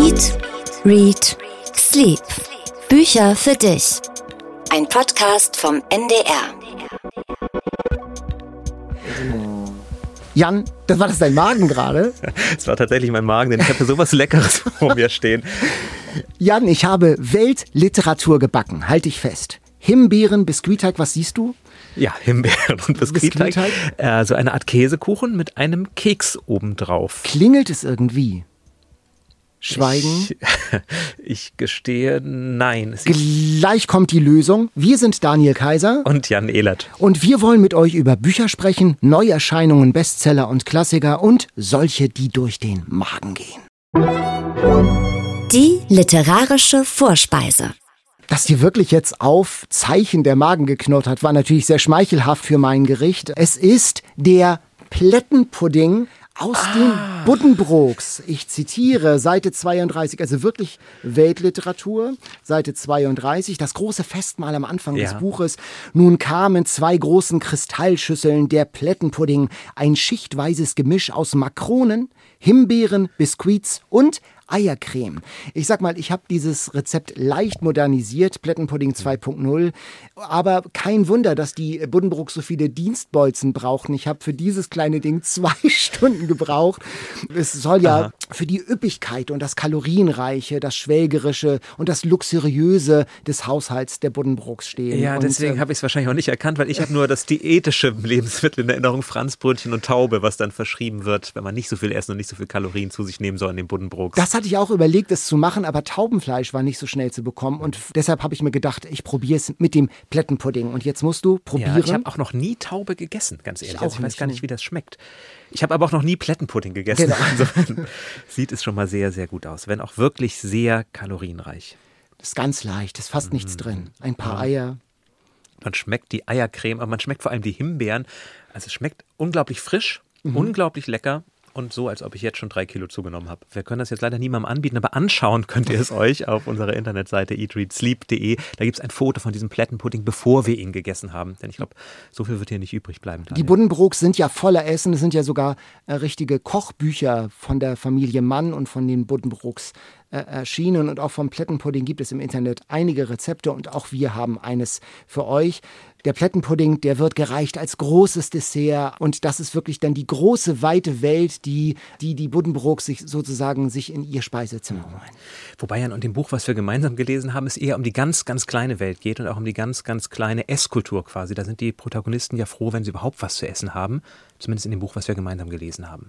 Eat, Read, Sleep. Bücher für dich. Ein Podcast vom NDR. Jan, war das dein Magen gerade? Es war tatsächlich mein Magen, denn ich habe sowas Leckeres vor mir stehen. Jan, ich habe Weltliteratur gebacken, halte ich fest. Himbeeren, Biskuitteig, was siehst du? Ja, Himbeeren und Biskuitteig. So eine Art Käsekuchen mit einem Keks obendrauf. Klingelt es irgendwie? Schweigen? Ich gestehe, nein. Gleich kommt die Lösung. Wir sind Daniel Kaiser und Jan Ehlert. Und wir wollen mit euch über Bücher sprechen, Neuerscheinungen, Bestseller und Klassiker und solche, die durch den Magen gehen. Die literarische Vorspeise. Dass dir wirklich jetzt auf Zeichen der Magen geknurrt hat, war natürlich sehr schmeichelhaft für mein Gericht. Es ist der Plettenpudding aus den Buddenbrooks. Ich zitiere Seite 32, also wirklich Weltliteratur, Seite 32, das große Festmahl am Anfang des Buches. Nun kamen 2 großen Kristallschüsseln der Plettenpudding, ein schichtweises Gemisch aus Makronen, Himbeeren, Biskuits und Eiercreme. Ich sag mal, ich habe dieses Rezept leicht modernisiert, Plettenpudding 2.0, aber kein Wunder, dass die Buddenbrooks so viele Dienstbolzen brauchten. Ich habe für dieses kleine Ding 2 Stunden gebraucht. Es soll ja für die Üppigkeit und das Kalorienreiche, das Schwelgerische und das Luxuriöse des Haushalts der Buddenbrooks stehen. Ja, deswegen habe ich es wahrscheinlich auch nicht erkannt, weil ich habe nur das diätische Lebensmittel in Erinnerung, Franzbrötchen und Taube, was dann verschrieben wird, wenn man nicht so viel essen und nicht so viel Kalorien zu sich nehmen soll in den Buddenbrooks. Das hatte ich auch überlegt, es zu machen, aber Taubenfleisch war nicht so schnell zu bekommen und deshalb habe ich mir gedacht, ich probiere es mit dem Plettenpudding und jetzt musst du probieren. Ja, ich habe auch noch nie Taube gegessen, ganz ehrlich. Ich weiß gar nicht, wie das schmeckt. Ich habe aber auch noch nie Plettenpudding gegessen. Genau. Insofern sieht es schon mal sehr, sehr gut aus, wenn auch wirklich sehr kalorienreich. Das ist ganz leicht, ist fast nichts drin. Ein paar Eier. Man schmeckt die Eiercreme, aber man schmeckt vor allem die Himbeeren. Also es schmeckt unglaublich frisch, unglaublich lecker. Und so, als ob ich jetzt schon 3 Kilo zugenommen habe. Wir können das jetzt leider niemandem anbieten, aber anschauen könnt ihr es euch auf unserer Internetseite eatreadsleep.de. Da gibt es ein Foto von diesem Plettenpudding, bevor wir ihn gegessen haben. Denn ich glaube, so viel wird hier nicht übrig bleiben. Daniel. Die Buddenbrooks sind ja voller Essen. Es sind ja sogar richtige Kochbücher von der Familie Mann und von den Buddenbrooks erschienen. Und auch vom Plettenpudding gibt es im Internet einige Rezepte und auch wir haben eines für euch. Der Plettenpudding, der wird gereicht als großes Dessert und das ist wirklich dann die große, weite Welt, die Buddenbrooks sich in ihr Speisezimmer holen. Wobei ja in dem Buch, was wir gemeinsam gelesen haben, es eher um die ganz, ganz kleine Welt geht und auch um die ganz, ganz kleine Esskultur quasi. Da sind die Protagonisten ja froh, wenn sie überhaupt was zu essen haben. Zumindest in dem Buch, was wir gemeinsam gelesen haben.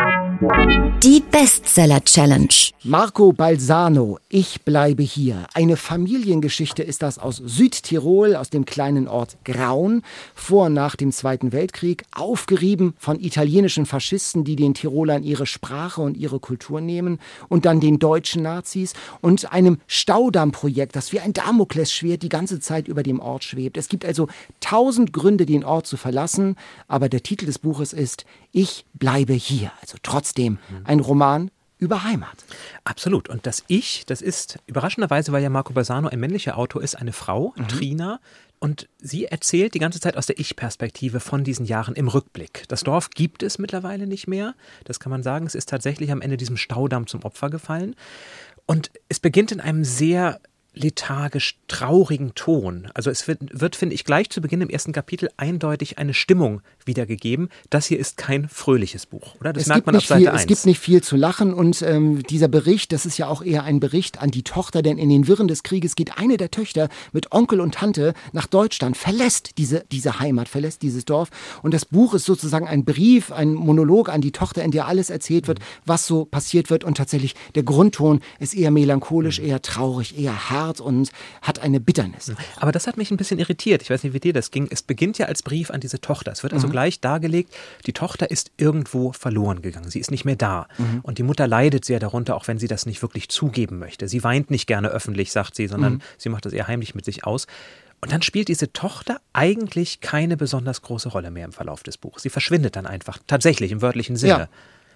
Die Bestseller-Challenge. Marco Balsano, Ich bleibe hier. Eine Familiengeschichte ist das aus Südtirol, aus dem kleinen Ort Graun, vor und nach dem Zweiten Weltkrieg, aufgerieben von italienischen Faschisten, die den Tirolern ihre Sprache und ihre Kultur nehmen und dann den deutschen Nazis und einem Staudammprojekt, das wie ein Damoklesschwert die ganze Zeit über dem Ort schwebt. Es gibt also 1000 Gründe, den Ort zu verlassen, aber der Titel des Buches ist Ich bleibe hier. Also trotzdem ein Roman über Heimat. Absolut. Und das Ich, das ist überraschenderweise, weil ja Marco Balsano ein männlicher Autor ist, eine Frau, Trina. Und sie erzählt die ganze Zeit aus der Ich-Perspektive von diesen Jahren im Rückblick. Das Dorf gibt es mittlerweile nicht mehr. Das kann man sagen. Es ist tatsächlich am Ende diesem Staudamm zum Opfer gefallen. Und es beginnt in einem sehr lethargisch traurigen Ton. Also es wird, finde ich, gleich zu Beginn im ersten Kapitel eindeutig eine Stimmung wiedergegeben. Das hier ist kein fröhliches Buch, oder? Das merkt man auf Seite 1. Es gibt nicht viel zu lachen und dieser Bericht, das ist ja auch eher ein Bericht an die Tochter, denn in den Wirren des Krieges geht eine der Töchter mit Onkel und Tante nach Deutschland, verlässt diese Heimat, verlässt dieses Dorf und das Buch ist sozusagen ein Brief, ein Monolog an die Tochter, in der alles erzählt wird, was so passiert wird und tatsächlich der Grundton ist eher melancholisch, eher traurig, eher hart und hat eine Bitternis. Aber das hat mich ein bisschen irritiert. Ich weiß nicht, wie dir das ging. Es beginnt ja als Brief an diese Tochter. Es wird also gleich dargelegt, die Tochter ist irgendwo verloren gegangen. Sie ist nicht mehr da. Und die Mutter leidet sehr darunter, auch wenn sie das nicht wirklich zugeben möchte. Sie weint nicht gerne öffentlich, sagt sie, sondern sie macht das eher heimlich mit sich aus. Und dann spielt diese Tochter eigentlich keine besonders große Rolle mehr im Verlauf des Buches. Sie verschwindet dann einfach, tatsächlich im wörtlichen Sinne. Ja.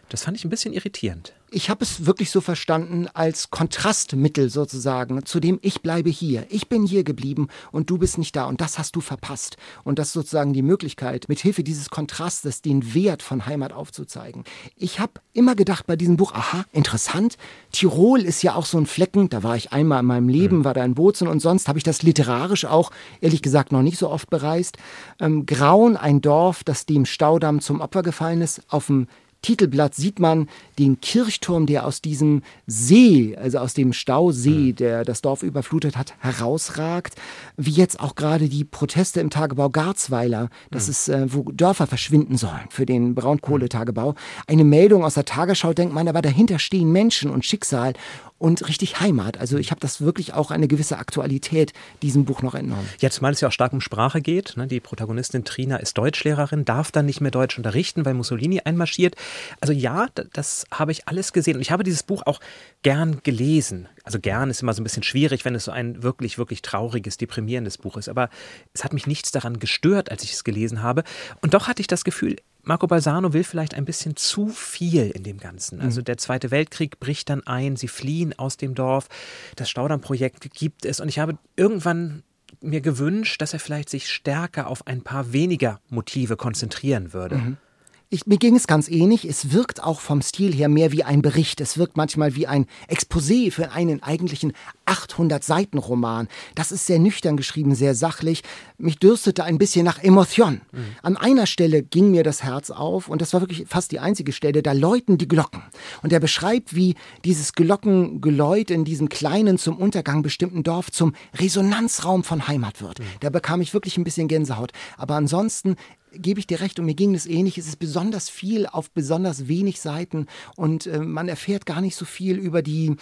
Das fand ich ein bisschen irritierend. Ich habe es wirklich so verstanden als Kontrastmittel sozusagen, zu dem ich bleibe hier. Ich bin hier geblieben und du bist nicht da und das hast du verpasst. Und das ist sozusagen die Möglichkeit, mit Hilfe dieses Kontrastes den Wert von Heimat aufzuzeigen. Ich habe immer gedacht bei diesem Buch, aha, interessant, Tirol ist ja auch so ein Flecken, da war ich einmal in meinem Leben, war da in Bozen und sonst habe ich das literarisch auch, ehrlich gesagt, noch nicht so oft bereist. Grauen, ein Dorf, das dem Staudamm zum Opfer gefallen ist, auf dem Titelblatt sieht man den Kirchturm, der aus diesem See, also aus dem Stausee, der das Dorf überflutet hat, herausragt. Wie jetzt auch gerade die Proteste im Tagebau Garzweiler, das ist, wo Dörfer verschwinden sollen für den Braunkohletagebau. Eine Meldung aus der Tagesschau, denkt man, aber dahinter stehen Menschen und Schicksal und richtig Heimat. Also ich habe das wirklich auch eine gewisse Aktualität diesem Buch noch entnommen. Jetzt, weil es ja auch stark um Sprache geht, ne? Die Protagonistin Trina ist Deutschlehrerin, darf dann nicht mehr Deutsch unterrichten, weil Mussolini einmarschiert. Also ja, das habe ich alles gesehen und ich habe dieses Buch auch gern gelesen. Also gern ist immer so ein bisschen schwierig, wenn es so ein wirklich, wirklich trauriges, deprimierendes Buch ist. Aber es hat mich nichts daran gestört, als ich es gelesen habe. Und doch hatte ich das Gefühl, Marco Balsano will vielleicht ein bisschen zu viel in dem Ganzen. Also der Zweite Weltkrieg bricht dann ein, sie fliehen aus dem Dorf, das Staudamm-Projekt gibt es und ich habe irgendwann mir gewünscht, dass er vielleicht sich stärker auf ein paar weniger Motive konzentrieren würde. Mir ging es ganz ähnlich. Es wirkt auch vom Stil her mehr wie ein Bericht. Es wirkt manchmal wie ein Exposé für einen eigentlichen 800-Seiten-Roman. Das ist sehr nüchtern geschrieben, sehr sachlich. Mich dürstete ein bisschen nach Emotion. An einer Stelle ging mir das Herz auf und das war wirklich fast die einzige Stelle, da läuten die Glocken. Und er beschreibt, wie dieses Glockengeläut in diesem kleinen, zum Untergang bestimmten Dorf zum Resonanzraum von Heimat wird. Da bekam ich wirklich ein bisschen Gänsehaut. Aber ansonsten gebe ich dir recht und mir ging es ähnlich. Es ist besonders viel auf besonders wenig Seiten und man erfährt gar nicht so viel über die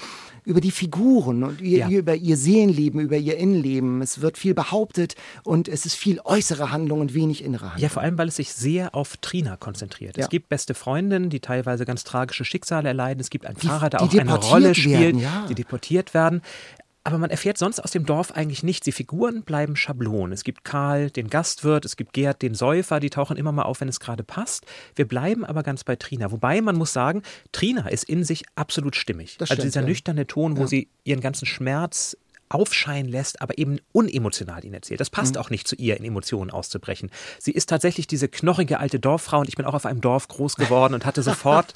Figuren und über ihr Seelenleben, über ihr Innenleben. Es wird viel behauptet und es ist viel äußere Handlung und wenig innere Handlung. Ja, vor allem, weil es sich sehr auf Trina konzentriert. Es gibt beste Freundinnen, die teilweise ganz tragische Schicksale erleiden. Es gibt einen Pfarrer, der auch eine Rolle spielt, die deportiert werden. Aber man erfährt sonst aus dem Dorf eigentlich nichts. Die Figuren bleiben Schablon. Es gibt Karl, den Gastwirt, es gibt Gerd, den Säufer, die tauchen immer mal auf, wenn es gerade passt. Wir bleiben aber ganz bei Trina. Wobei man muss sagen, Trina ist in sich absolut stimmig. Das also stimmt, dieser nüchterne Ton, wo sie ihren ganzen Schmerz aufscheinen lässt, aber eben unemotional ihn erzählt. Das passt auch nicht zu ihr, in Emotionen auszubrechen. Sie ist tatsächlich diese knorrige alte Dorffrau und ich bin auch auf einem Dorf groß geworden und hatte sofort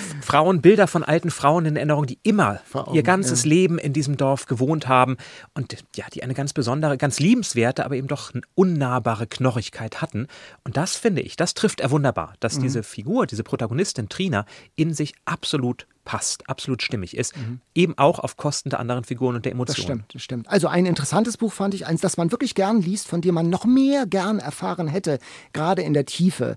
Bilder von alten Frauen in Erinnerung, die immer ihr ganzes Leben in diesem Dorf gewohnt haben und ja, die eine ganz besondere, ganz liebenswerte, aber eben doch eine unnahbare Knorrigkeit hatten. Und das finde ich, das trifft er wunderbar, dass diese Figur, diese Protagonistin Trina in sich absolut passt, absolut stimmig ist, eben auch auf Kosten der anderen Figuren und der Emotionen. Das stimmt. Also ein interessantes Buch fand ich, eins, das man wirklich gern liest, von dem man noch mehr gern erfahren hätte, gerade in der Tiefe.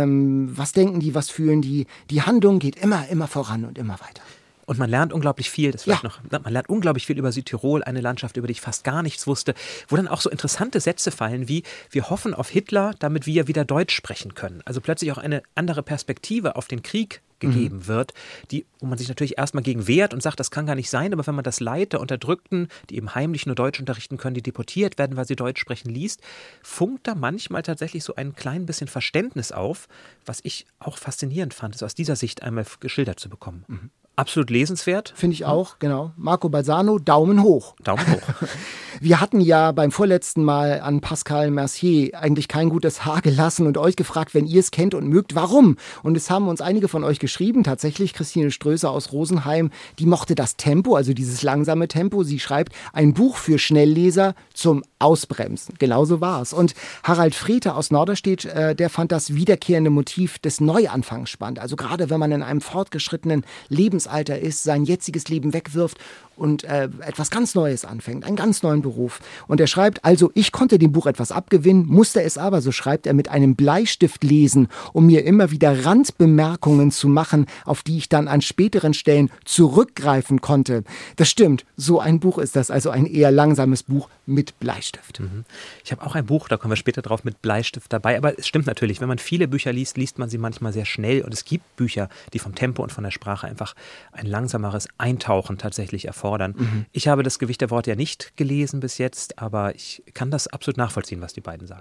Was denken die, was fühlen die? Die Handlung geht immer voran und immer weiter. Und man lernt unglaublich viel, man lernt unglaublich viel über Südtirol, eine Landschaft, über die ich fast gar nichts wusste, wo dann auch so interessante Sätze fallen wie, wir hoffen auf Hitler, damit wir wieder Deutsch sprechen können. Also plötzlich auch eine andere Perspektive auf den Krieg gegeben wird, wo man sich natürlich erstmal gegen wehrt und sagt, das kann gar nicht sein, aber wenn man das Leid der Unterdrückten, die eben heimlich nur Deutsch unterrichten können, die deportiert werden, weil sie Deutsch sprechen, liest, funkt da manchmal tatsächlich so ein klein bisschen Verständnis auf, was ich auch faszinierend fand, es aus dieser Sicht einmal geschildert zu bekommen. Absolut lesenswert. Finde ich auch, genau. Marco Balsano, Daumen hoch. Daumen hoch. Wir hatten ja beim vorletzten Mal an Pascal Mercier eigentlich kein gutes Haar gelassen und euch gefragt, wenn ihr es kennt und mögt, warum? Und es haben uns einige von euch geschrieben, tatsächlich Christine Strößer aus Rosenheim, die mochte das Tempo, also dieses langsame Tempo. Sie schreibt, ein Buch für Schnellleser zum Ausbremsen. Genauso war es. Und Harald Freter aus Norderstedt, der fand das wiederkehrende Motiv des Neuanfangs spannend. Also gerade wenn man in einem fortgeschrittenen Lebensalter ist, sein jetziges Leben wegwirft und etwas ganz Neues anfängt, einen ganz neuen Beruf. Und er schreibt, also ich konnte dem Buch etwas abgewinnen, musste es aber, so schreibt er, mit einem Bleistift lesen, um mir immer wieder Randbemerkungen zu machen, auf die ich dann an späteren Stellen zurückgreifen konnte. Das stimmt, so ein Buch ist das, also ein eher langsames Buch mit Bleistift. Ich habe auch ein Buch, da kommen wir später drauf, mit Bleistift dabei, aber es stimmt natürlich, wenn man viele Bücher liest, liest man sie manchmal sehr schnell und es gibt Bücher, die vom Tempo und von der Sprache einfach ein langsameres Eintauchen tatsächlich erfordern. Ich habe das Gewicht der Worte ja nicht gelesen bis jetzt, aber ich kann das absolut nachvollziehen, was die beiden sagen.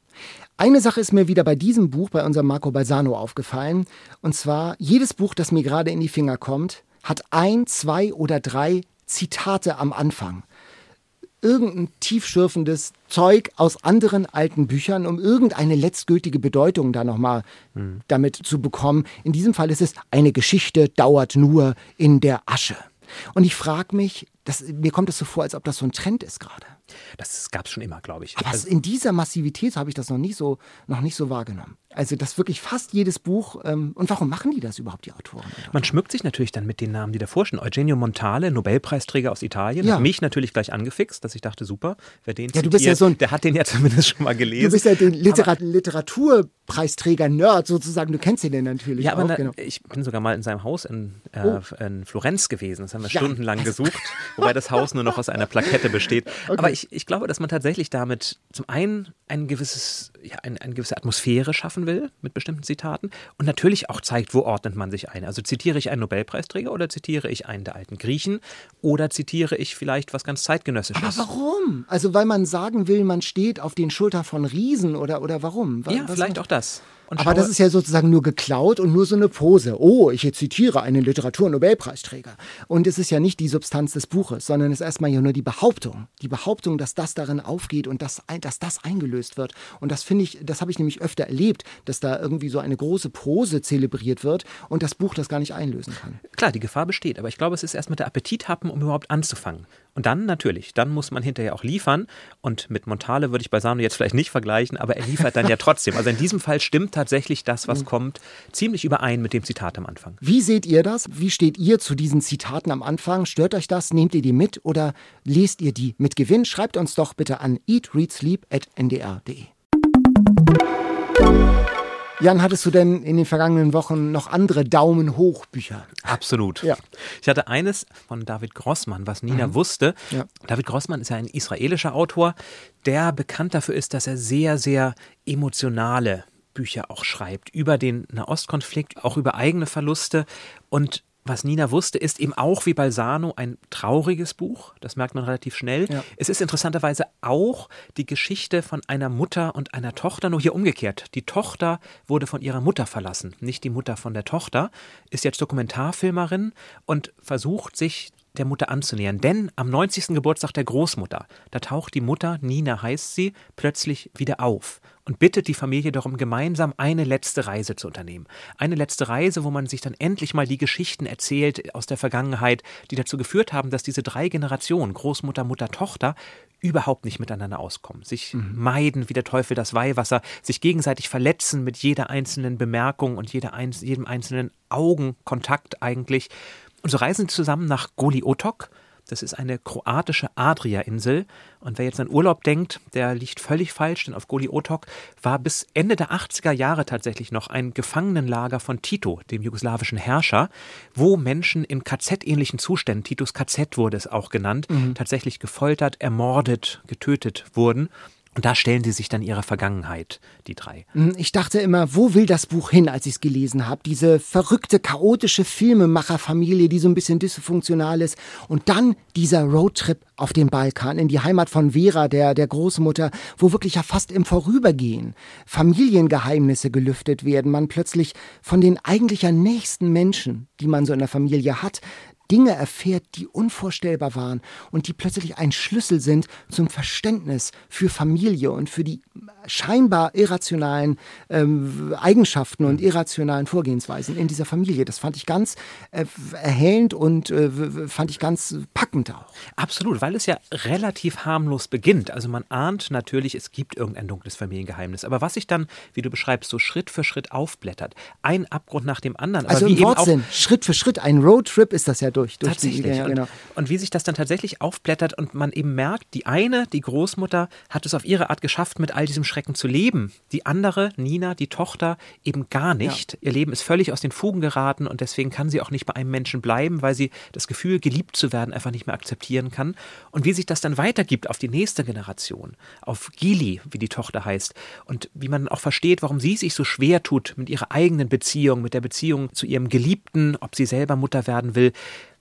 Eine Sache ist mir wieder bei diesem Buch, bei unserem Marco Balsano aufgefallen. Und zwar, jedes Buch, das mir gerade in die Finger kommt, hat 1, 2 oder 3 Zitate am Anfang. Irgendein tiefschürfendes Zeug aus anderen alten Büchern, um irgendeine letztgültige Bedeutung da nochmal damit zu bekommen. In diesem Fall ist es, eine Geschichte dauert nur in der Asche. Und ich frage mich, mir kommt es so vor, als ob das so ein Trend ist gerade. Das gab es schon immer, glaube ich. Aber in dieser Massivität habe ich das noch nicht so wahrgenommen. Also das wirklich fast jedes Buch. Und warum machen die das überhaupt, die Autoren? Man schmückt sich natürlich dann mit den Namen, die davor stehen. Eugenio Montale, Nobelpreisträger aus Italien, Ja. hat mich natürlich gleich angefixt, dass ich dachte, super, wer den Ja, du bist ja so ein- der hat den ja zumindest schon mal gelesen. Du bist ja den Literaturpreisträger-Nerd sozusagen. Du kennst ihn denn natürlich Ja, aber auch. Genau. ich bin sogar mal in seinem Haus in Florenz gewesen. Das haben wir stundenlang gesucht, wobei das Haus nur noch aus einer Plakette besteht. Okay. Aber ich glaube, dass man tatsächlich damit zum einen eine gewisse Atmosphäre schaffen will mit bestimmten Zitaten und natürlich auch zeigt, wo ordnet man sich ein. Also zitiere ich einen Nobelpreisträger oder zitiere ich einen der alten Griechen oder zitiere ich vielleicht was ganz Zeitgenössisches? Aber warum? Also weil man sagen will, man steht auf den Schultern von Riesen oder warum? Ja, vielleicht auch das. Und Aber das ist ja sozusagen nur geklaut und nur so eine Pose. Oh, ich zitiere einen Literatur-Nobelpreisträger. Und es ist ja nicht die Substanz des Buches, sondern es ist erstmal ja nur die Behauptung. Die Behauptung, dass das darin aufgeht und dass das eingelöst wird. Und das finde ich, das habe ich nämlich öfter erlebt, dass da irgendwie so eine große Pose zelebriert wird und das Buch das gar nicht einlösen kann. Klar, die Gefahr besteht, aber ich glaube, es ist erstmal der Appetit haben, um überhaupt anzufangen. Und dann natürlich, dann muss man hinterher auch liefern. Und mit Montale würde ich Balsano jetzt vielleicht nicht vergleichen, aber er liefert dann ja trotzdem. Also in diesem Fall stimmt tatsächlich das, was kommt, ziemlich überein mit dem Zitat am Anfang. Wie seht ihr das? Wie steht ihr zu diesen Zitaten am Anfang? Stört euch das? Nehmt ihr die mit oder lest ihr die mit Gewinn? Schreibt uns doch bitte an eatreadsleep@ndr.de. Jan, hattest du denn in den vergangenen Wochen noch andere Daumen-hoch-Bücher? Absolut. Ja. Ich hatte eines von David Grossman, was Nina wusste. Ja. David Grossman ist ja ein israelischer Autor, der bekannt dafür ist, dass er sehr, sehr emotionale Bücher auch schreibt. Über den Nahostkonflikt, auch über eigene Verluste. Und was Nina wusste, ist eben auch wie Balsano ein trauriges Buch. Das merkt man relativ schnell. Ja. Es ist interessanterweise auch die Geschichte von einer Mutter und einer Tochter, nur hier umgekehrt. Die Tochter wurde von ihrer Mutter verlassen, nicht die Mutter von der Tochter, ist jetzt Dokumentarfilmerin und versucht sich der Mutter anzunähern. Denn am 90. Geburtstag der Großmutter, da taucht die Mutter, Nina heißt sie, plötzlich wieder auf und bittet die Familie darum, gemeinsam eine letzte Reise zu unternehmen. Eine letzte Reise, wo man sich dann endlich mal die Geschichten erzählt aus der Vergangenheit, die dazu geführt haben, dass diese 3 Generationen, Großmutter, Mutter, Tochter, überhaupt nicht miteinander auskommen. Sich meiden wie der Teufel das Weihwasser, sich gegenseitig verletzen mit jeder einzelnen Bemerkung und jedem einzelnen Augenkontakt eigentlich. Und so reisen sie zusammen nach Goli Otok. Das ist eine kroatische Adria-Insel. Und wer jetzt an Urlaub denkt, der liegt völlig falsch, denn auf Goli Otok war bis Ende der 80er Jahre tatsächlich noch ein Gefangenenlager von Tito, dem jugoslawischen Herrscher, wo Menschen in KZ-ähnlichen Zuständen, Titos KZ wurde es auch genannt, tatsächlich gefoltert, ermordet, getötet wurden. Und da stellen sie sich dann ihre Vergangenheit, die 3. Ich dachte immer, wo will das Buch hin, als ich es gelesen habe? Diese verrückte, chaotische Filmemacherfamilie, die so ein bisschen dysfunktional ist. Und dann dieser Roadtrip auf den Balkan, in die Heimat von Vera, der Großmutter, wo wirklich ja fast im Vorübergehen Familiengeheimnisse gelüftet werden. Man plötzlich von den eigentlich ja nächsten Menschen, die man so in der Familie hat, Dinge erfährt, die unvorstellbar waren und die plötzlich ein Schlüssel sind zum Verständnis für Familie und für die scheinbar irrationalen Eigenschaften und irrationalen Vorgehensweisen in dieser Familie. Das fand ich ganz erhellend und fand ich ganz packend auch. Absolut, weil es ja relativ harmlos beginnt. Also man ahnt natürlich, es gibt irgendein dunkles Familiengeheimnis. Aber was sich dann, wie du beschreibst, so Schritt für Schritt aufblättert, ein Abgrund nach dem anderen. Also aber im Wortsinn, Schritt für Schritt, ein Roadtrip ist das ja durch tatsächlich. Die, ja, genau. Und wie sich das dann tatsächlich aufblättert und man eben merkt, die Großmutter, hat es auf ihre Art geschafft, mit all diesem Schrecken zu leben. Die andere, Nina, die Tochter, eben gar nicht. Ja. Ihr Leben ist völlig aus den Fugen geraten und deswegen kann sie auch nicht bei einem Menschen bleiben, weil sie das Gefühl, geliebt zu werden, einfach nicht mehr akzeptieren kann. Und wie sich das dann weitergibt auf die nächste Generation, auf Gili, wie die Tochter heißt, und wie man auch versteht, warum sie sich so schwer tut mit ihrer eigenen Beziehung, mit der Beziehung zu ihrem Geliebten, ob sie selber Mutter werden will.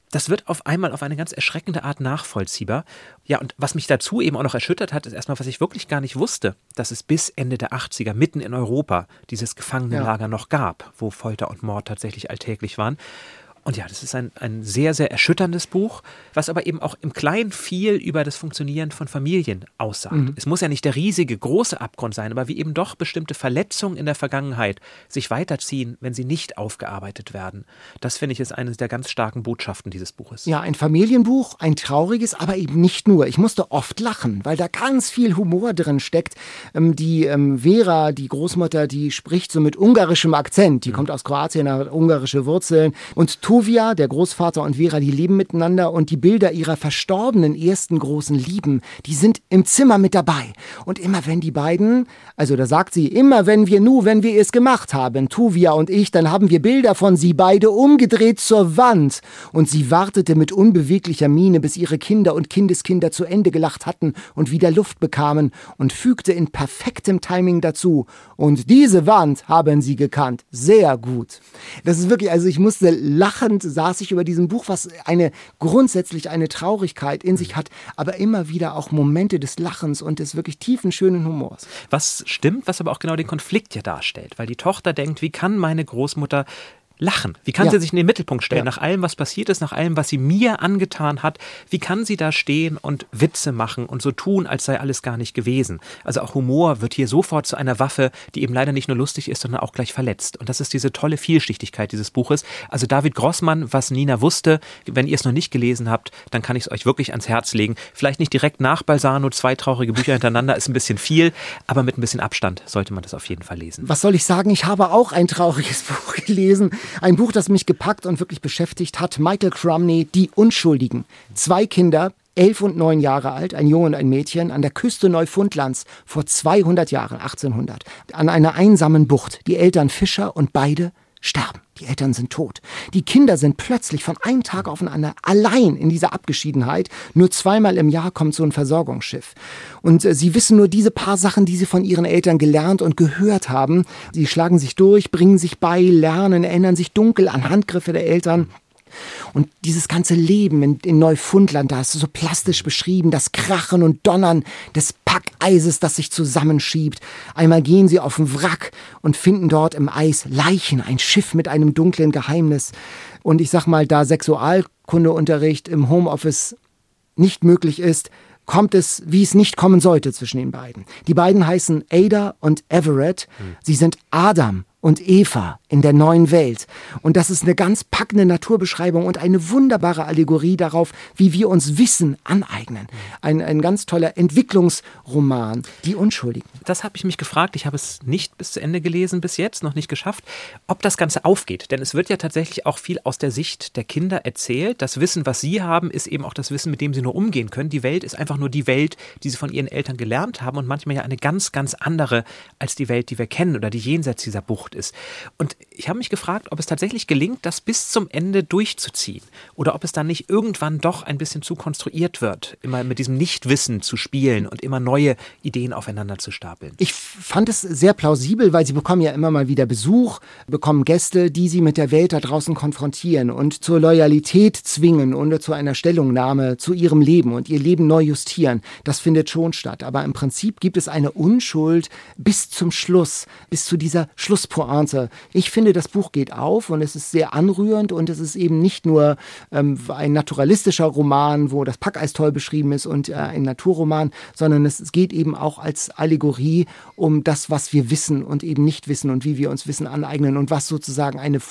das wird auf einmal auf eine ganz erschreckende Art nachvollziehbar. Ja, und was mich dazu eben auch noch erschüttert hat, ist erstmal, was ich wirklich gar nicht wusste, dass es bis Ende der 80er mitten in Europa dieses Gefangenenlager noch gab, wo Folter und Mord tatsächlich alltäglich waren. Und ja, das ist ein sehr, sehr erschütterndes Buch, was aber eben auch im Kleinen viel über das Funktionieren von Familien aussagt. Es muss ja nicht der riesige, große Abgrund sein, aber wie eben doch bestimmte Verletzungen in der Vergangenheit sich weiterziehen, wenn sie nicht aufgearbeitet werden. Das, finde ich, ist eine der ganz starken Botschaften dieses Buches. Ja, ein Familienbuch, ein trauriges, aber eben nicht nur. Ich musste oft lachen, weil da ganz viel Humor drin steckt. Die Vera, die Großmutter, die spricht so mit ungarischem Akzent. Die kommt aus Kroatien, hat ungarische Wurzeln. Und Tuvia, der Großvater, und Vera, die leben miteinander, und die Bilder ihrer verstorbenen ersten großen Lieben, die sind im Zimmer mit dabei. Und immer wenn die beiden, also da sagt sie, immer wenn wir es gemacht haben, Tuvia und ich, dann haben wir Bilder von sie beide umgedreht zur Wand. Und sie wartete mit unbeweglicher Miene, bis ihre Kinder und Kindeskinder zu Ende gelacht hatten und wieder Luft bekamen, und fügte in perfektem Timing dazu: Und diese Wand haben sie gekannt. Sehr gut. Das ist wirklich, also ich musste lachend saß ich über diesem Buch, was grundsätzlich eine Traurigkeit in sich hat, aber immer wieder auch Momente des Lachens und des wirklich tiefen, schönen Humors. Was stimmt, was aber auch genau den Konflikt ja darstellt, weil die Tochter denkt, wie kann meine Großmutter lachen? Wie kann sie sich in den Mittelpunkt stellen? Nach allem, was passiert ist, nach allem, was sie mir angetan hat, wie kann sie da stehen und Witze machen und so tun, als sei alles gar nicht gewesen? Also auch Humor wird hier sofort zu einer Waffe, die eben leider nicht nur lustig ist, sondern auch gleich verletzt. Und das ist diese tolle Vielschichtigkeit dieses Buches. Also David Grossmann, was Nina wusste, wenn ihr es noch nicht gelesen habt, dann kann ich es euch wirklich ans Herz legen. Vielleicht nicht direkt nach Balsano, 2 traurige Bücher hintereinander, ist ein bisschen viel, aber mit ein bisschen Abstand sollte man das auf jeden Fall lesen. Was soll ich sagen? Ich habe auch ein trauriges Buch gelesen. Ein Buch, das mich gepackt und wirklich beschäftigt hat. Michael Crumney, Die Unschuldigen. 2 Kinder, 11 und 9 Jahre alt, ein Junge und ein Mädchen, an der Küste Neufundlands vor 200 Jahren, 1800, an einer einsamen Bucht. Die Eltern Fischer und beide sterben. Die Eltern sind tot. Die Kinder sind plötzlich von einem Tag auf den anderen allein in dieser Abgeschiedenheit. Nur 2-mal im Jahr kommt so ein Versorgungsschiff. Und sie wissen nur diese paar Sachen, die sie von ihren Eltern gelernt und gehört haben. Sie schlagen sich durch, bringen sich bei, lernen, erinnern sich dunkel an Handgriffe der Eltern. Und dieses ganze Leben in Neufundland, da ist so plastisch beschrieben, das Krachen und Donnern des Packeises, das sich zusammenschiebt. Einmal gehen sie auf den Wrack und finden dort im Eis Leichen, ein Schiff mit einem dunklen Geheimnis. Und ich sag mal, da Sexualkundeunterricht im Homeoffice nicht möglich ist, kommt es, wie es nicht kommen sollte zwischen den beiden. Die beiden heißen Ada und Everett. Sie sind Adam und Eva in der neuen Welt. Und das ist eine ganz packende Naturbeschreibung und eine wunderbare Allegorie darauf, wie wir uns Wissen aneignen. Ein ganz toller Entwicklungsroman, Die Unschuldigen. Das habe ich mich gefragt. Ich habe es nicht bis zu Ende gelesen, bis jetzt, noch nicht geschafft, ob das Ganze aufgeht. Denn es wird ja tatsächlich auch viel aus der Sicht der Kinder erzählt. Das Wissen, was sie haben, ist eben auch das Wissen, mit dem sie nur umgehen können. Die Welt ist einfach nur die Welt, die sie von ihren Eltern gelernt haben und manchmal ja eine ganz, ganz andere als die Welt, die wir kennen oder die jenseits dieser Bucht ist. Und ich habe mich gefragt, ob es tatsächlich gelingt, das bis zum Ende durchzuziehen oder ob es dann nicht irgendwann doch ein bisschen zu konstruiert wird, immer mit diesem Nichtwissen zu spielen und immer neue Ideen aufeinander zu stapeln. Ich fand es sehr plausibel, weil sie bekommen ja immer mal wieder Besuch, bekommen Gäste, die sie mit der Welt da draußen konfrontieren und zur Loyalität zwingen oder zu einer Stellungnahme zu ihrem Leben und ihr Leben neu justieren. Das findet schon statt. Aber im Prinzip gibt es eine Unschuld bis zum Schluss, bis zu dieser Schlusspointe. Ich finde, das Buch geht auf und es ist sehr anrührend und es ist eben nicht nur ein naturalistischer Roman, wo das Packeis toll beschrieben ist und ein Naturroman, sondern es geht eben auch als Allegorie um das, was wir wissen und eben nicht wissen und wie wir uns Wissen aneignen und was sozusagen ein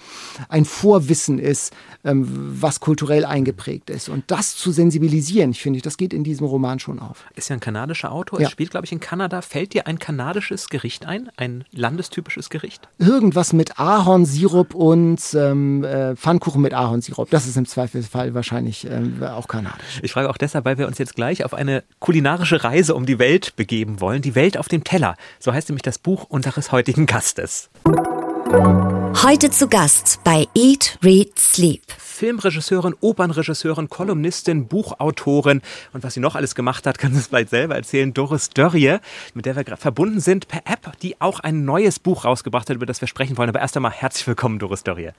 Vorwissen ist, was kulturell eingeprägt ist. Und das zu sensibilisieren, ich finde, das geht in diesem Roman schon auf. Ist ja ein kanadischer Autor, Ja. Er spielt, glaube ich, in Kanada. Fällt dir ein kanadisches Gericht ein? Ein landestypisches Gericht? Irgendwas mit Ahornsirup und Pfannkuchen mit Ahornsirup. Das ist im Zweifelsfall wahrscheinlich auch kanadisch. Ich frage auch deshalb, weil wir uns jetzt gleich auf eine kulinarische Reise um die Welt begeben wollen. Die Welt auf dem Teller. So heißt nämlich das Buch unseres heutigen Gastes. Heute zu Gast bei Eat, Read, Sleep. Filmregisseurin, Opernregisseurin, Kolumnistin, Buchautorin und was sie noch alles gemacht hat, kann sie es vielleicht selber erzählen. Doris Dörrie, mit der wir gerade verbunden sind per App, die auch ein neues Buch rausgebracht hat, über das wir sprechen wollen. Aber erst einmal herzlich willkommen, Doris Dörrie.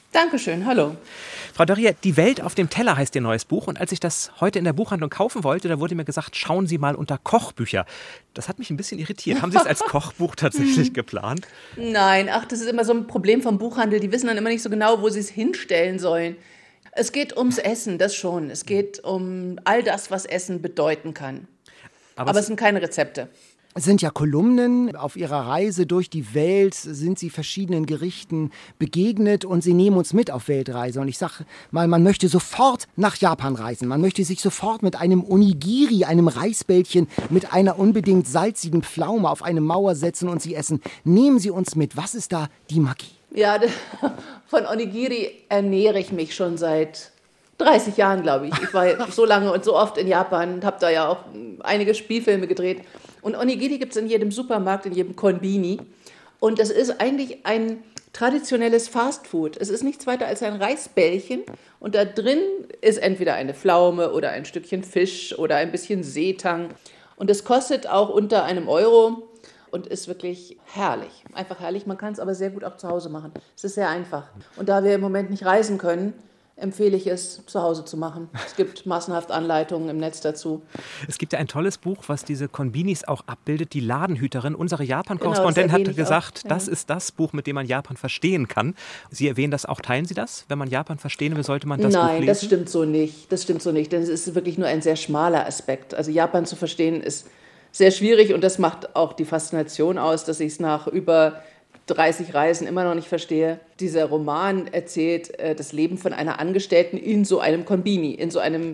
Dankeschön, hallo. Frau Dörrier, Die Welt auf dem Teller heißt Ihr neues Buch. Und als ich das heute in der Buchhandlung kaufen wollte, da wurde mir gesagt, schauen Sie mal unter Kochbücher. Das hat mich ein bisschen irritiert. Haben Sie es als Kochbuch tatsächlich geplant? Nein, das ist immer so ein Problem vom Buchhandel. Die wissen dann immer nicht so genau, wo sie es hinstellen sollen. Es geht ums Essen, das schon. Es geht um all das, was Essen bedeuten kann. Aber es sind keine Rezepte. Es sind ja Kolumnen. Auf ihrer Reise durch die Welt sind sie verschiedenen Gerichten begegnet und sie nehmen uns mit auf Weltreise. Und ich sage mal, man möchte sofort nach Japan reisen. Man möchte sich sofort mit einem Onigiri, einem Reisbällchen, mit einer unbedingt salzigen Pflaume auf eine Mauer setzen und sie essen. Nehmen Sie uns mit. Was ist da die Magie? Ja, von Onigiri ernähre ich mich schon seit 30 Jahren, glaube ich. Ich war so lange und so oft in Japan und habe da ja auch einige Spielfilme gedreht. Und Onigiri gibt es in jedem Supermarkt, in jedem Konbini. Und das ist eigentlich ein traditionelles Fastfood. Es ist nichts weiter als ein Reisbällchen. Und da drin ist entweder eine Pflaume oder ein Stückchen Fisch oder ein bisschen Seetang. Und es kostet auch unter €1 und ist wirklich herrlich. Einfach herrlich. Man kann es aber sehr gut auch zu Hause machen. Es ist sehr einfach. Und da wir im Moment nicht reisen können, empfehle ich es, zu Hause zu machen. Es gibt massenhaft Anleitungen im Netz dazu. Es gibt ja ein tolles Buch, was diese Konbinis auch abbildet. Die Ladenhüterin, unsere Japan-Korrespondentin, hat gesagt, das ist das Buch, mit dem man Japan verstehen kann. Sie erwähnen das auch. Teilen Sie das? Wenn man Japan verstehen will, sollte man das Buch lesen? Nein, das stimmt so nicht. Das stimmt so nicht, denn es ist wirklich nur ein sehr schmaler Aspekt. Also Japan zu verstehen ist sehr schwierig und das macht auch die Faszination aus, dass ich es nach über 30 Reisen immer noch nicht verstehe. Dieser Roman erzählt das Leben von einer Angestellten in so einem Konbini, in so einem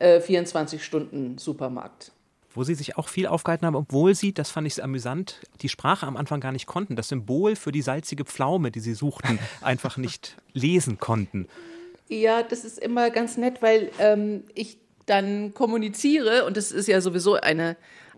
24-Stunden-Supermarkt. Wo Sie sich auch viel aufgehalten haben, obwohl Sie, das fand ich sehr amüsant, die Sprache am Anfang gar nicht konnten. Das Symbol für die salzige Pflaume, die Sie suchten, einfach nicht lesen konnten. Ja, das ist immer ganz nett, weil ich dann kommuniziere und es ist ja sowieso eine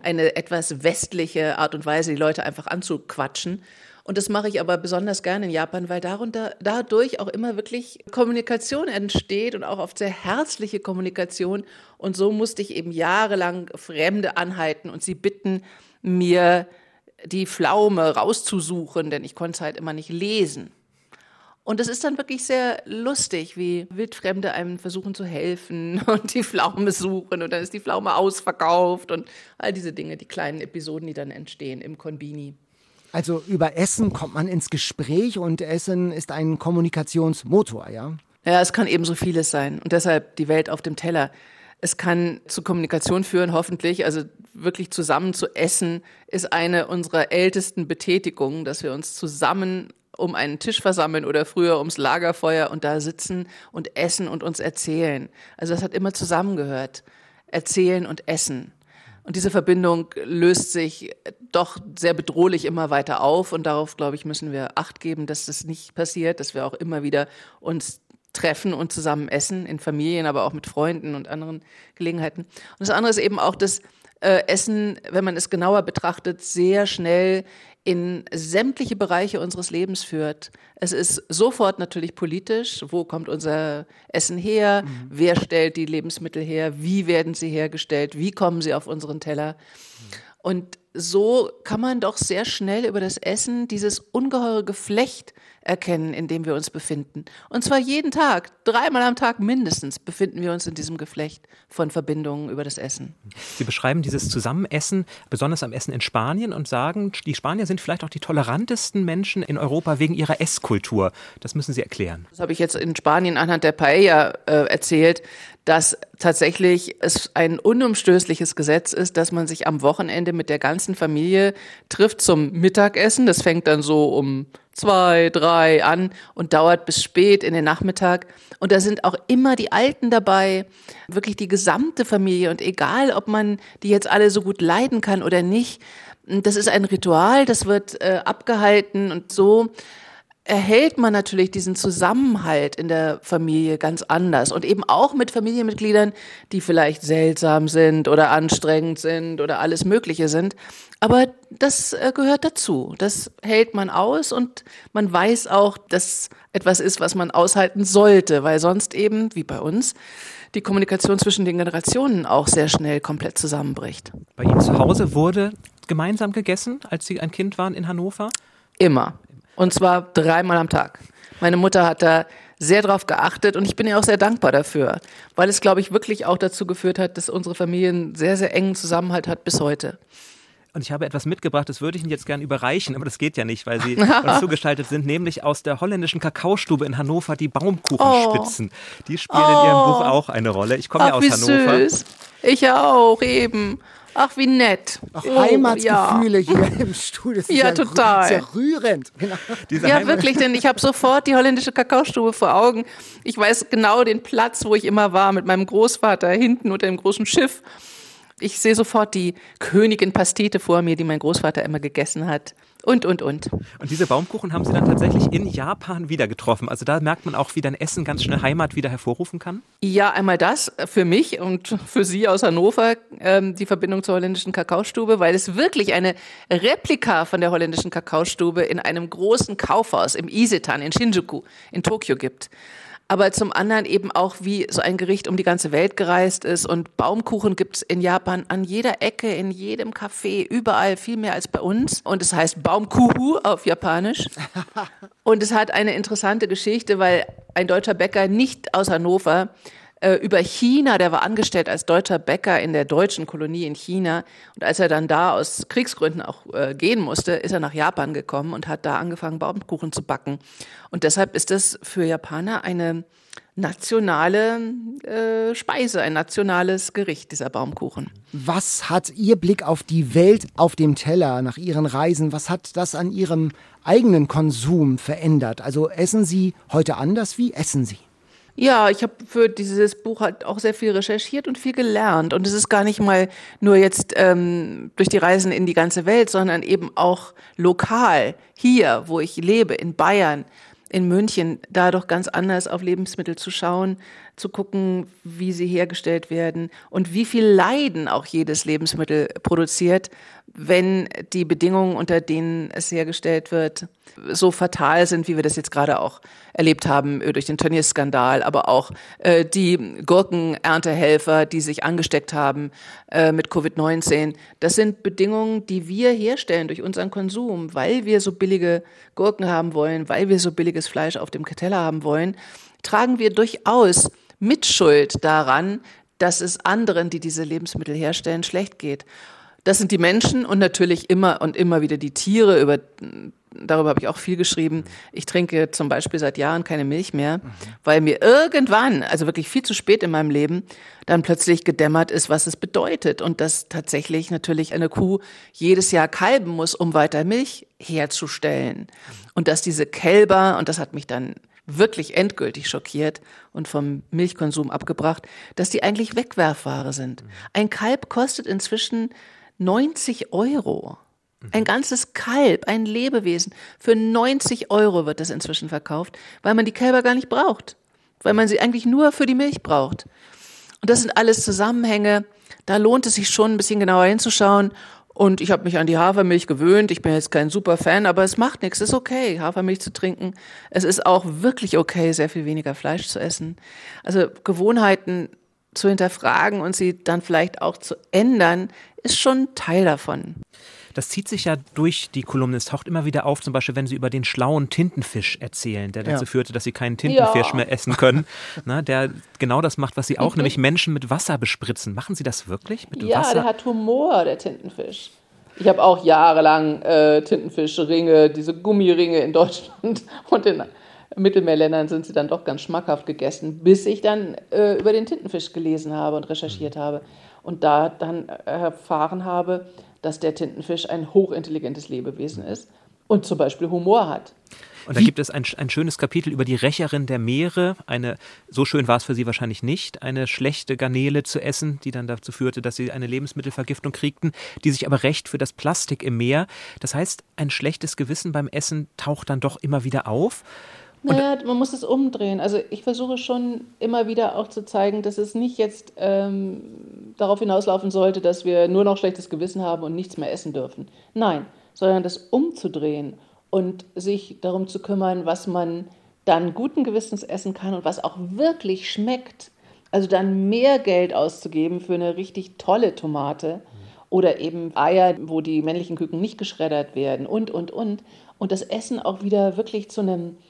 etwas westliche Art und Weise, die Leute einfach anzuquatschen. Und das mache ich aber besonders gerne in Japan, weil dadurch auch immer wirklich Kommunikation entsteht und auch oft sehr herzliche Kommunikation. Und so musste ich eben jahrelang Fremde anhalten und sie bitten, mir die Pflaume rauszusuchen, denn ich konnte es halt immer nicht lesen. Und es ist dann wirklich sehr lustig, wie Wildfremde einem versuchen zu helfen und die Pflaume suchen und dann ist die Pflaume ausverkauft und all diese Dinge, die kleinen Episoden, die dann entstehen im Konbini. Also über Essen kommt man ins Gespräch und Essen ist ein Kommunikationsmotor, ja? Ja, es kann eben so vieles sein und deshalb die Welt auf dem Teller. Es kann zu Kommunikation führen, hoffentlich. Also wirklich zusammen zu essen ist eine unserer ältesten Betätigungen, dass wir uns zusammen um einen Tisch versammeln oder früher ums Lagerfeuer und da sitzen und essen und uns erzählen. Also das hat immer zusammengehört. Erzählen und essen. Und diese Verbindung löst sich doch sehr bedrohlich immer weiter auf und darauf, glaube ich, müssen wir Acht geben, dass das nicht passiert, dass wir auch immer wieder uns treffen und zusammen essen, in Familien, aber auch mit Freunden und anderen Gelegenheiten. Und das andere ist eben auch, dass Essen, wenn man es genauer betrachtet, sehr schnell in sämtliche Bereiche unseres Lebens führt. Es ist sofort natürlich politisch. Wo kommt unser Essen her? Wer stellt die Lebensmittel her? Wie werden sie hergestellt? Wie kommen sie auf unseren Teller? Und so kann man doch sehr schnell über das Essen dieses ungeheure Geflecht erkennen, in dem wir uns befinden. Und zwar jeden Tag, 3-mal am Tag mindestens, befinden wir uns in diesem Geflecht von Verbindungen über das Essen. Sie beschreiben dieses Zusammenessen, besonders am Essen in Spanien und sagen, die Spanier sind vielleicht auch die tolerantesten Menschen in Europa wegen ihrer Esskultur. Das müssen Sie erklären. Das habe ich jetzt in Spanien anhand der Paella erzählt, dass tatsächlich es ein unumstößliches Gesetz ist, dass man sich am Wochenende mit der ganzen Familie trifft zum Mittagessen. Das fängt dann so um 2, 3 an und dauert bis spät in den Nachmittag. Und da sind auch immer die Alten dabei, wirklich die gesamte Familie. Und egal, ob man die jetzt alle so gut leiden kann oder nicht, das ist ein Ritual, das wird abgehalten und so erhält man natürlich diesen Zusammenhalt in der Familie ganz anders und eben auch mit Familienmitgliedern, die vielleicht seltsam sind oder anstrengend sind oder alles Mögliche sind. Aber das gehört dazu. Das hält man aus und man weiß auch, dass etwas ist, was man aushalten sollte, weil sonst eben, wie bei uns, die Kommunikation zwischen den Generationen auch sehr schnell komplett zusammenbricht. Bei Ihnen zu Hause wurde gemeinsam gegessen, als Sie ein Kind waren in Hannover? Immer. Und zwar 3-mal am Tag. Meine Mutter hat da sehr darauf geachtet und ich bin ihr auch sehr dankbar dafür, weil es, glaube ich, wirklich auch dazu geführt hat, dass unsere Familie einen sehr, sehr engen Zusammenhalt hat bis heute. Und ich habe etwas mitgebracht, das würde ich Ihnen jetzt gern überreichen, aber das geht ja nicht, weil Sie uns zugeschaltet sind, nämlich aus der holländischen Kakaostube in Hannover, die Baumkuchenspitzen. Die spielen in Ihrem Buch auch eine Rolle. Ich komme ja aus Hannover. Süß. Ich auch, eben. Ach, wie nett. Auch Heimatsgefühle hier im Studio. Das ist ja total. Sehr rührend. Genau. Ja, wirklich, denn ich habe sofort die holländische Kakaostube vor Augen. Ich weiß genau den Platz, wo ich immer war, mit meinem Großvater hinten unter dem großen Schiff. Ich sehe sofort die Königin Pastete vor mir, die mein Großvater immer gegessen hat. Und. Und diese Baumkuchen haben Sie dann tatsächlich in Japan wieder getroffen. Also da merkt man auch, wie dein Essen ganz schnell Heimat wieder hervorrufen kann. Ja, einmal das für mich und für Sie aus Hannover, die Verbindung zur holländischen Kakaostube, weil es wirklich eine Replika von der holländischen Kakaostube in einem großen Kaufhaus im Isetan in Shinjuku in Tokio gibt. Aber zum anderen eben auch, wie so ein Gericht um die ganze Welt gereist ist. Und Baumkuchen gibt's in Japan an jeder Ecke, in jedem Café, überall, viel mehr als bei uns. Und es heißt Baumkuhu auf Japanisch. Und es hat eine interessante Geschichte, weil ein deutscher Bäcker nicht aus Hannover über China, der war angestellt als deutscher Bäcker in der deutschen Kolonie in China. Und als er dann da aus Kriegsgründen auch gehen musste, ist er nach Japan gekommen und hat da angefangen, Baumkuchen zu backen. Und deshalb ist das für Japaner eine nationale Speise, ein nationales Gericht, dieser Baumkuchen. Was hat Ihr Blick auf die Welt auf dem Teller nach Ihren Reisen, was hat das an Ihrem eigenen Konsum verändert? Also essen Sie heute anders? Wie essen Sie? Ja, ich habe für dieses Buch halt auch sehr viel recherchiert und viel gelernt. Und es ist gar nicht mal nur jetzt durch die Reisen in die ganze Welt, sondern eben auch lokal, hier, wo ich lebe, in Bayern, in München, da doch ganz anders auf Lebensmittel zu schauen, zu gucken, wie sie hergestellt werden und wie viel Leiden auch jedes Lebensmittel produziert, wenn die Bedingungen, unter denen es hergestellt wird, so fatal sind, wie wir das jetzt gerade auch erlebt haben durch den Tönnies-Skandal, aber auch die Gurkenerntehelfer, die sich angesteckt haben mit Covid-19. Das sind Bedingungen, die wir herstellen durch unseren Konsum, weil wir so billige Gurken haben wollen, weil wir so billiges Fleisch auf dem Teller haben wollen, tragen wir durchaus Mitschuld daran, dass es anderen, die diese Lebensmittel herstellen, schlecht geht. Das sind die Menschen und natürlich immer und immer wieder die Tiere. Darüber habe ich auch viel geschrieben. Ich trinke zum Beispiel seit Jahren keine Milch mehr, weil mir irgendwann, also wirklich viel zu spät in meinem Leben, dann plötzlich gedämmert ist, was es bedeutet. Und dass tatsächlich natürlich eine Kuh jedes Jahr kalben muss, um weiter Milch herzustellen. Und dass diese Kälber, und das hat mich dann wirklich endgültig schockiert und vom Milchkonsum abgebracht, dass die eigentlich Wegwerfware sind. Ein Kalb kostet inzwischen 90 €. Ein ganzes Kalb, ein Lebewesen. Für 90 € wird das inzwischen verkauft, weil man die Kälber gar nicht braucht. Weil man sie eigentlich nur für die Milch braucht. Und das sind alles Zusammenhänge. Da lohnt es sich schon ein bisschen genauer hinzuschauen. Und ich habe mich an die Hafermilch gewöhnt. Ich bin jetzt kein super Fan, aber es macht nichts. Es ist okay, Hafermilch zu trinken. Es ist auch wirklich okay, sehr viel weniger Fleisch zu essen. Also Gewohnheiten zu hinterfragen und sie dann vielleicht auch zu ändern, ist schon Teil davon. Das zieht sich ja durch die Kolumne. Es taucht immer wieder auf, zum Beispiel, wenn Sie über den schlauen Tintenfisch erzählen, der dazu führte, dass Sie keinen Tintenfisch mehr essen können. Na, der genau das macht, was Sie auch, nämlich Menschen mit Wasser bespritzen. Machen Sie das wirklich mit Wasser? Der hat Humor, der Tintenfisch. Ich habe auch jahrelang Tintenfischringe, diese Gummiringe in Deutschland und in Mittelmeerländern sind sie dann doch ganz schmackhaft gegessen, bis ich dann über den Tintenfisch gelesen habe und recherchiert habe und da dann erfahren habe, dass der Tintenfisch ein hochintelligentes Lebewesen ist und zum Beispiel Humor hat. Und da gibt es ein schönes Kapitel über die Rächerin der Meere. So schön war es für sie wahrscheinlich nicht, eine schlechte Garnele zu essen, die dann dazu führte, dass sie eine Lebensmittelvergiftung kriegten, die sich aber rächt für das Plastik im Meer. Das heißt, ein schlechtes Gewissen beim Essen taucht dann doch immer wieder auf. Naja, man muss es umdrehen. Also ich versuche schon immer wieder auch zu zeigen, dass es nicht jetzt darauf hinauslaufen sollte, dass wir nur noch schlechtes Gewissen haben und nichts mehr essen dürfen. Nein, sondern das umzudrehen und sich darum zu kümmern, was man dann guten Gewissens essen kann und was auch wirklich schmeckt. Also dann mehr Geld auszugeben für eine richtig tolle Tomate oder eben Eier, wo die männlichen Küken nicht geschreddert werden und. Und das Essen auch wieder wirklich zu einem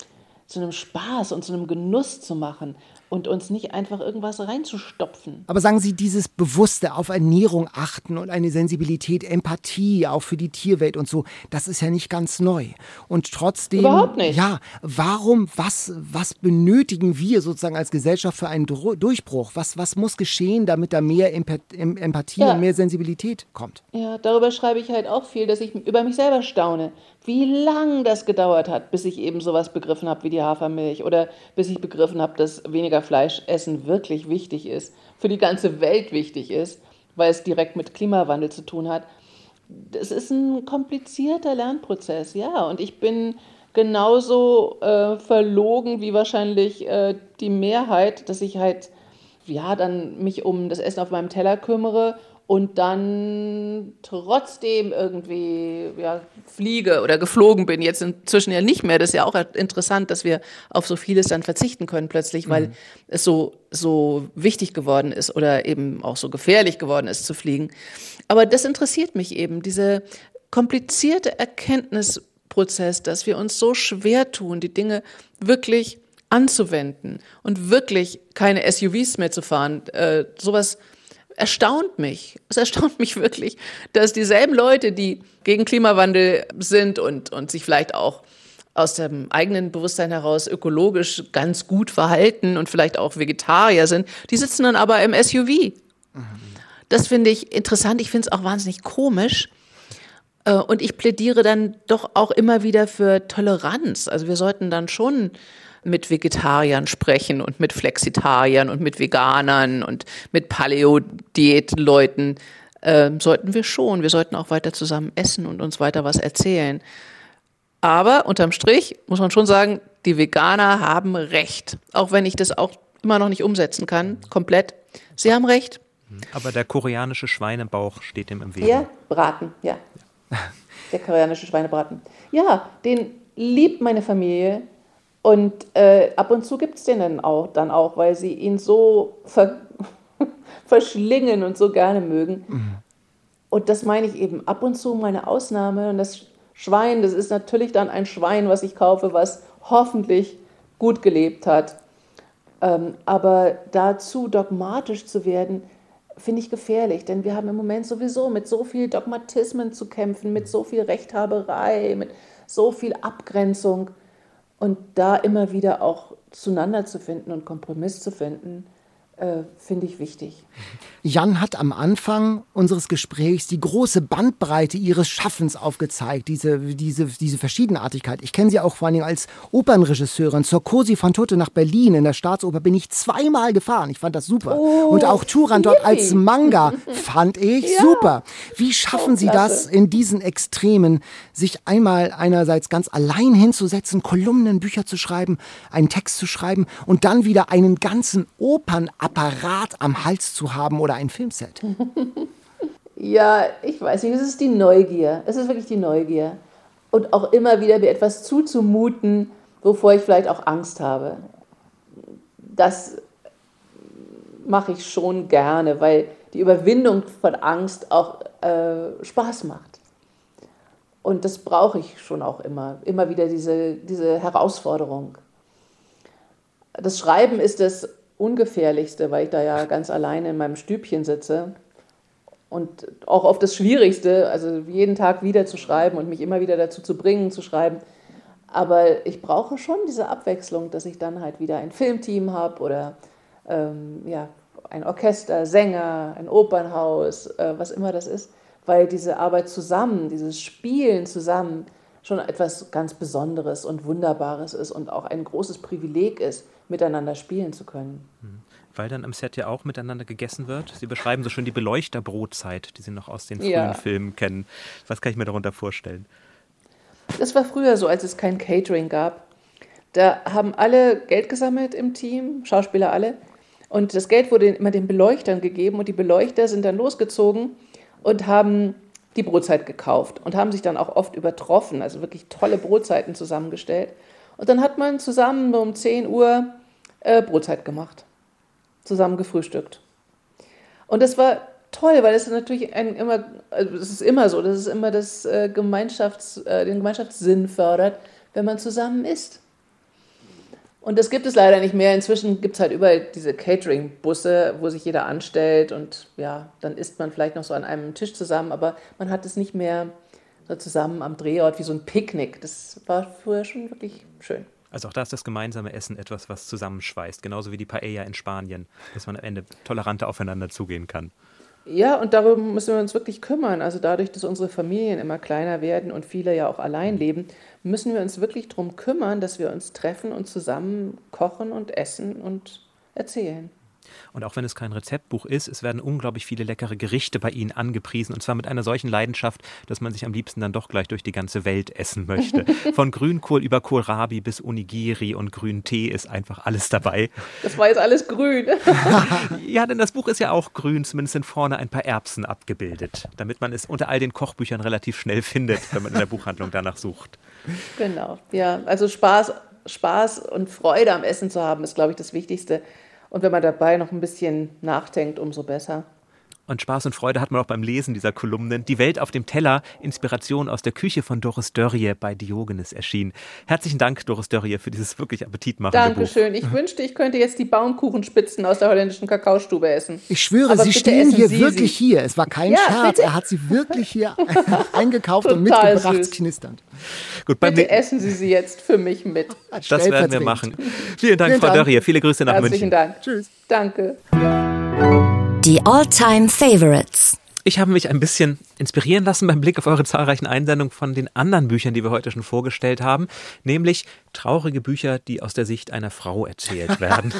zu einem Spaß und zu einem Genuss zu machen und uns nicht einfach irgendwas reinzustopfen. Aber sagen Sie, dieses bewusste auf Ernährung achten und eine Sensibilität, Empathie auch für die Tierwelt und so, das ist ja nicht ganz neu. Und trotzdem, überhaupt nicht. Ja, warum, was benötigen wir sozusagen als Gesellschaft für einen Durchbruch? Was muss geschehen, damit da mehr Empathie und mehr Sensibilität kommt? Ja, darüber schreibe ich halt auch viel, dass ich über mich selber staune, wie lang das gedauert hat, bis ich eben sowas begriffen habe wie die Hafermilch oder bis ich begriffen habe, dass weniger Fleisch essen wirklich wichtig ist, für die ganze Welt wichtig ist, weil es direkt mit Klimawandel zu tun hat. Das ist ein komplizierter Lernprozess, ja, und ich bin genauso verlogen wie wahrscheinlich die Mehrheit, dass ich halt dann mich um das Essen auf meinem Teller kümmere und dann trotzdem irgendwie fliege oder geflogen bin. Jetzt inzwischen ja nicht mehr. Das ist ja auch interessant, dass wir auf so vieles dann verzichten können plötzlich, weil es so wichtig geworden ist oder eben auch so gefährlich geworden ist zu fliegen. Aber das interessiert mich eben, diese komplizierte Erkenntnisprozess, dass wir uns so schwer tun, die Dinge wirklich anzuwenden und wirklich keine SUVs mehr zu fahren. Sowas erstaunt mich. Es erstaunt mich wirklich, dass dieselben Leute, die gegen Klimawandel sind und sich vielleicht auch aus dem eigenen Bewusstsein heraus ökologisch ganz gut verhalten und vielleicht auch Vegetarier sind, die sitzen dann aber im SUV. Das finde ich interessant. Ich finde es auch wahnsinnig komisch. Und ich plädiere dann doch auch immer wieder für Toleranz. Also wir sollten dann schon mit Vegetariern sprechen und mit Flexitariern und mit Veganern und mit Paleo-Diät-Leuten. Sollten wir schon. Wir sollten auch weiter zusammen essen und uns weiter was erzählen. Aber unterm Strich muss man schon sagen, die Veganer haben recht. Auch wenn ich das auch immer noch nicht umsetzen kann, komplett. Sie haben recht. Aber der koreanische Schweinebauch steht dem im Weg. Der Braten, ja. Der koreanische Schweinebraten. Ja, den liebt meine Familie. Und ab und zu gibt es den dann auch, weil sie ihn so verschlingen und so gerne mögen. Und das meine ich eben ab und zu meine Ausnahme. Und das Schwein, das ist natürlich dann ein Schwein, was ich kaufe, was hoffentlich gut gelebt hat. Aber dazu dogmatisch zu werden, finde ich gefährlich. Denn wir haben im Moment sowieso mit so viel Dogmatismen zu kämpfen, mit so viel Rechthaberei, mit so viel Abgrenzung. Und da immer wieder auch zueinander zu finden und Kompromiss zu finden, finde ich wichtig. Jan hat am Anfang unseres Gesprächs die große Bandbreite ihres Schaffens aufgezeigt, diese Verschiedenartigkeit. Ich kenne sie auch vor allem als Opernregisseurin. Zur Cosi fan tutte nach Berlin in der Staatsoper bin ich 2-mal gefahren. Ich fand das super. Und auch Turandot als Manga fand ich super. Wie schaffen Sie das in diesen Extremen, sich einerseits ganz allein hinzusetzen, Kolumnen, Bücher zu schreiben, einen Text zu schreiben und dann wieder einen ganzen Opernapparat am Hals zu haben oder ein Filmset? Ja, ich weiß nicht, es ist die Neugier. Es ist wirklich die Neugier. Und auch immer wieder mir etwas zuzumuten, wovor ich vielleicht auch Angst habe. Das mache ich schon gerne, weil die Überwindung von Angst auch Spaß macht. Und das brauche ich schon auch immer. Immer wieder diese Herausforderung. Das Schreiben ist das Ungefährlichste, weil ich da ja ganz alleine in meinem Stübchen sitze und auch oft das Schwierigste, also jeden Tag wieder zu schreiben und mich immer wieder dazu zu bringen, zu schreiben. Aber ich brauche schon diese Abwechslung, dass ich dann halt wieder ein Filmteam habe oder ein Orchester, Sänger, ein Opernhaus, was immer das ist, weil diese Arbeit zusammen, dieses Spielen zusammen schon etwas ganz Besonderes und Wunderbares ist und auch ein großes Privileg ist, miteinander spielen zu können. Weil dann am Set ja auch miteinander gegessen wird. Sie beschreiben so schön die Beleuchterbrotzeit, die Sie noch aus den frühen Filmen kennen. Was kann ich mir darunter vorstellen? Das war früher so, als es kein Catering gab. Da haben alle Geld gesammelt im Team, Schauspieler alle. Und das Geld wurde immer den Beleuchtern gegeben und die Beleuchter sind dann losgezogen und haben die Brotzeit gekauft und haben sich dann auch oft übertroffen, also wirklich tolle Brotzeiten zusammengestellt. Und dann hat man zusammen um 10 Uhr Brotzeit gemacht, zusammen gefrühstückt. Und das war toll, weil es natürlich es ist immer so, dass es immer den Gemeinschaftssinn fördert, wenn man zusammen isst. Und das gibt es leider nicht mehr. Inzwischen gibt es halt überall diese Catering-Busse, wo sich jeder anstellt und ja, dann isst man vielleicht noch so an einem Tisch zusammen, aber man hat es nicht mehr so zusammen am Drehort wie so ein Picknick. Das war früher schon wirklich schön. Also auch da ist das gemeinsame Essen etwas, was zusammenschweißt, genauso wie die Paella in Spanien, dass man am Ende toleranter aufeinander zugehen kann. Ja, und darüber müssen wir uns wirklich kümmern. Also dadurch, dass unsere Familien immer kleiner werden und viele ja auch allein leben, müssen wir uns wirklich darum kümmern, dass wir uns treffen und zusammen kochen und essen und erzählen. Und auch wenn es kein Rezeptbuch ist, es werden unglaublich viele leckere Gerichte bei Ihnen angepriesen. Und zwar mit einer solchen Leidenschaft, dass man sich am liebsten dann doch gleich durch die ganze Welt essen möchte. Von Grünkohl über Kohlrabi bis Onigiri und grünen Tee ist einfach alles dabei. Das war jetzt alles grün. Ja, denn das Buch ist ja auch grün. Zumindest sind vorne ein paar Erbsen abgebildet, damit man es unter all den Kochbüchern relativ schnell findet, wenn man in der Buchhandlung danach sucht. Genau, ja. Also Spaß und Freude am Essen zu haben, ist, glaube ich, das Wichtigste. Und wenn man dabei noch ein bisschen nachdenkt, umso besser. Und Spaß und Freude hat man auch beim Lesen dieser Kolumnen. Die Welt auf dem Teller, Inspiration aus der Küche von Doris Dörrie bei Diogenes erschienen. Herzlichen Dank, Doris Dörrie, für dieses wirklich appetitmachende Buch. Dankeschön. Ich wünschte, ich könnte jetzt die Baumkuchenspitzen aus der holländischen Kakaostube essen. Ich schwöre, Aber sie bitte stehen essen hier Sie wirklich sie. hier. Es war kein Ja, Scherz. bitte. Er hat sie wirklich hier eingekauft und Total mitgebracht, süß. knisternd. Gut, Bitte essen Sie sie jetzt für mich mit. das werden wir machen. Vielen Dank, Vielen Frau Dank. Dörrie. Viele Grüße nach Herzlichen München. Dank. Tschüss. Danke. Die All-Time Favorites. Ich habe mich ein bisschen inspirieren lassen beim Blick auf eure zahlreichen Einsendungen von den anderen Büchern, die wir heute schon vorgestellt haben, nämlich traurige Bücher, die aus der Sicht einer Frau erzählt werden.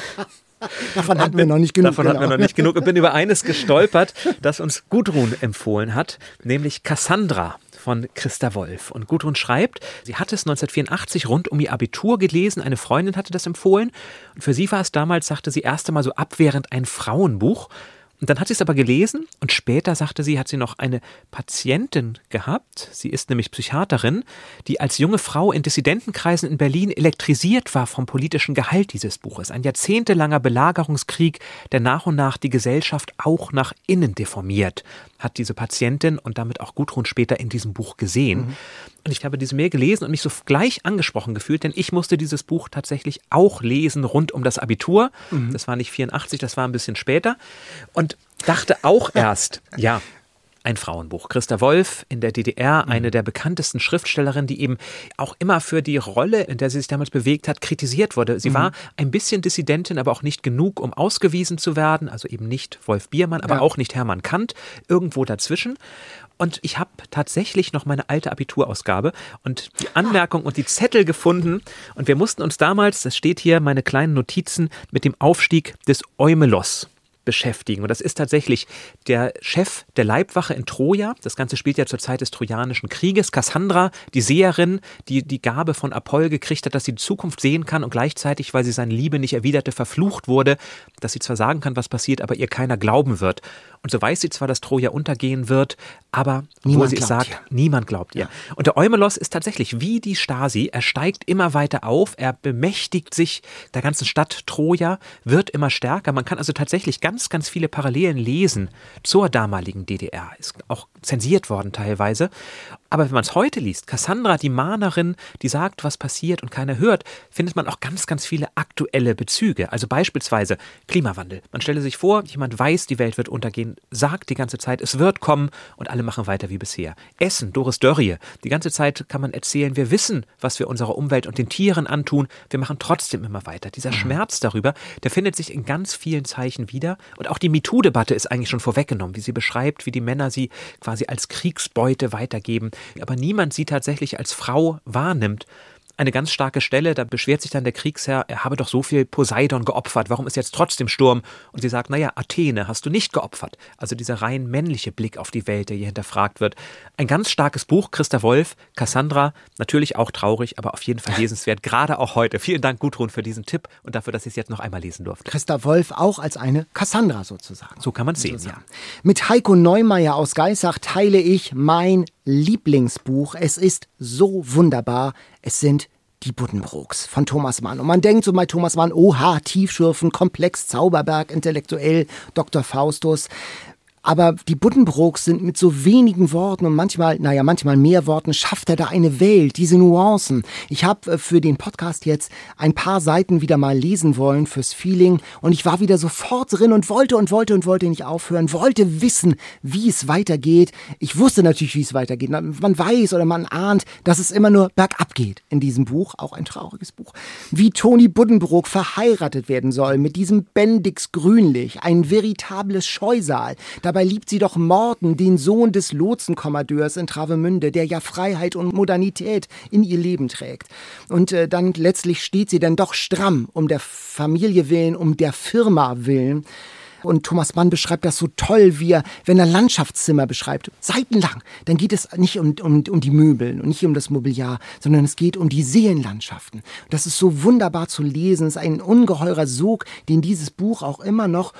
Davon hatten wir noch nicht genug. Davon hatten wir noch nicht genug. Ich bin über eines gestolpert, das uns Gudrun empfohlen hat, nämlich Cassandra von Christa Wolf. Und Gudrun schreibt, sie hatte es 1984 rund um ihr Abitur gelesen, eine Freundin hatte das empfohlen. Und für sie war es damals, sagte sie, erst einmal so abwehrend ein Frauenbuch. Und dann hat sie es aber gelesen und später, sagte sie, hat sie noch eine Patientin gehabt, sie ist nämlich Psychiaterin, die als junge Frau in Dissidentenkreisen in Berlin elektrisiert war vom politischen Gehalt dieses Buches. Ein jahrzehntelanger Belagerungskrieg, der nach und nach die Gesellschaft auch nach innen deformiert, hat diese Patientin und damit auch Gudrun später in diesem Buch gesehen. Und ich habe diese Mail gelesen und mich so gleich angesprochen gefühlt, denn ich musste dieses Buch tatsächlich auch lesen rund um das Abitur. Das war nicht 84, das war ein bisschen später. Und dachte auch erst, ja, ein Frauenbuch. Christa Wolf in der DDR, eine der bekanntesten Schriftstellerinnen, die eben auch immer für die Rolle, in der sie sich damals bewegt hat, kritisiert wurde. Sie war ein bisschen Dissidentin, aber auch nicht genug, um ausgewiesen zu werden. Also eben nicht Wolf Biermann, aber auch nicht Hermann Kant. Irgendwo dazwischen. Und ich habe tatsächlich noch meine alte Abiturausgabe und die Anmerkung und die Zettel gefunden. Und wir mussten uns damals, das steht hier, meine kleinen Notizen, mit dem Aufstieg des Eumelos beschäftigen. Und das ist tatsächlich der Chef der Leibwache in Troja. Das Ganze spielt ja zur Zeit des Trojanischen Krieges. Cassandra, die Seherin, die die Gabe von Apoll gekriegt hat, dass sie die Zukunft sehen kann und gleichzeitig, weil sie seine Liebe nicht erwiderte, verflucht wurde, dass sie zwar sagen kann, was passiert, aber ihr keiner glauben wird. Und so weiß sie zwar, dass Troja untergehen wird, aber wo sie es sagt, niemand glaubt ihr. Und der Eumelos ist tatsächlich wie die Stasi. Er steigt immer weiter auf, er bemächtigt sich der ganzen Stadt Troja, wird immer stärker. Man kann also tatsächlich ganz, ganz viele Parallelen lesen zur damaligen DDR. Ist auch zensiert worden teilweise. Aber wenn man es heute liest, Cassandra, die Mahnerin, die sagt, was passiert und keiner hört, findet man auch ganz, ganz viele aktuelle Bezüge. Also beispielsweise Klimawandel. Man stelle sich vor, jemand weiß, die Welt wird untergehen, sagt die ganze Zeit, es wird kommen und alle machen weiter wie bisher. Essen, Doris Dörrie. Die ganze Zeit kann man erzählen, wir wissen, was wir unserer Umwelt und den Tieren antun. Wir machen trotzdem immer weiter. Dieser Schmerz darüber, der findet sich in ganz vielen Zeichen wieder. Und auch die MeToo-Debatte ist eigentlich schon vorweggenommen, wie sie beschreibt, wie die Männer sie quasi als Kriegsbeute weitergeben. Aber niemand sie tatsächlich als Frau wahrnimmt. Eine ganz starke Stelle, da beschwert sich dann der Kriegsherr, er habe doch so viel Poseidon geopfert, warum ist jetzt trotzdem Sturm? Und sie sagt, naja, Athene hast du nicht geopfert. Also dieser rein männliche Blick auf die Welt, der hier hinterfragt wird. Ein ganz starkes Buch, Christa Wolf, Cassandra, natürlich auch traurig, aber auf jeden Fall lesenswert, gerade auch heute. Vielen Dank, Gudrun, für diesen Tipp und dafür, dass ich es jetzt noch einmal lesen durfte. Christa Wolf auch als eine Cassandra sozusagen. So kann man es sehen, ja. Mit Heiko Neumeier aus Geissach teile ich mein Lieblingsbuch. Es ist so wunderbar. Es sind Die Buddenbrooks von Thomas Mann. Und man denkt so bei Thomas Mann, oha, tiefschürfend, komplex, Zauberberg, intellektuell, Dr. Faustus. Aber die Buddenbrooks sind mit so wenigen Worten und manchmal mehr Worten, schafft er da eine Welt, diese Nuancen. Ich habe für den Podcast jetzt ein paar Seiten wieder mal lesen wollen fürs Feeling und ich war wieder sofort drin und wollte nicht aufhören, wollte wissen, wie es weitergeht. Ich wusste natürlich, wie es weitergeht. Man weiß oder man ahnt, dass es immer nur bergab geht in diesem Buch, auch ein trauriges Buch. Wie Toni Buddenbrook verheiratet werden soll mit diesem Bendix Grünlich, ein veritables Scheusal. Dabei liebt sie doch Morten, den Sohn des Lotsenkommandeurs in Travemünde, der ja Freiheit und Modernität in ihr Leben trägt. Und dann letztlich steht sie dann doch stramm um der Familie willen, um der Firma willen. Und Thomas Mann beschreibt das so toll, wenn er Landschaftszimmer beschreibt, seitenlang, dann geht es nicht um die Möbel und nicht um das Mobiliar, sondern es geht um die Seelenlandschaften. Das ist so wunderbar zu lesen, es ist ein ungeheurer Sog, den dieses Buch auch immer noch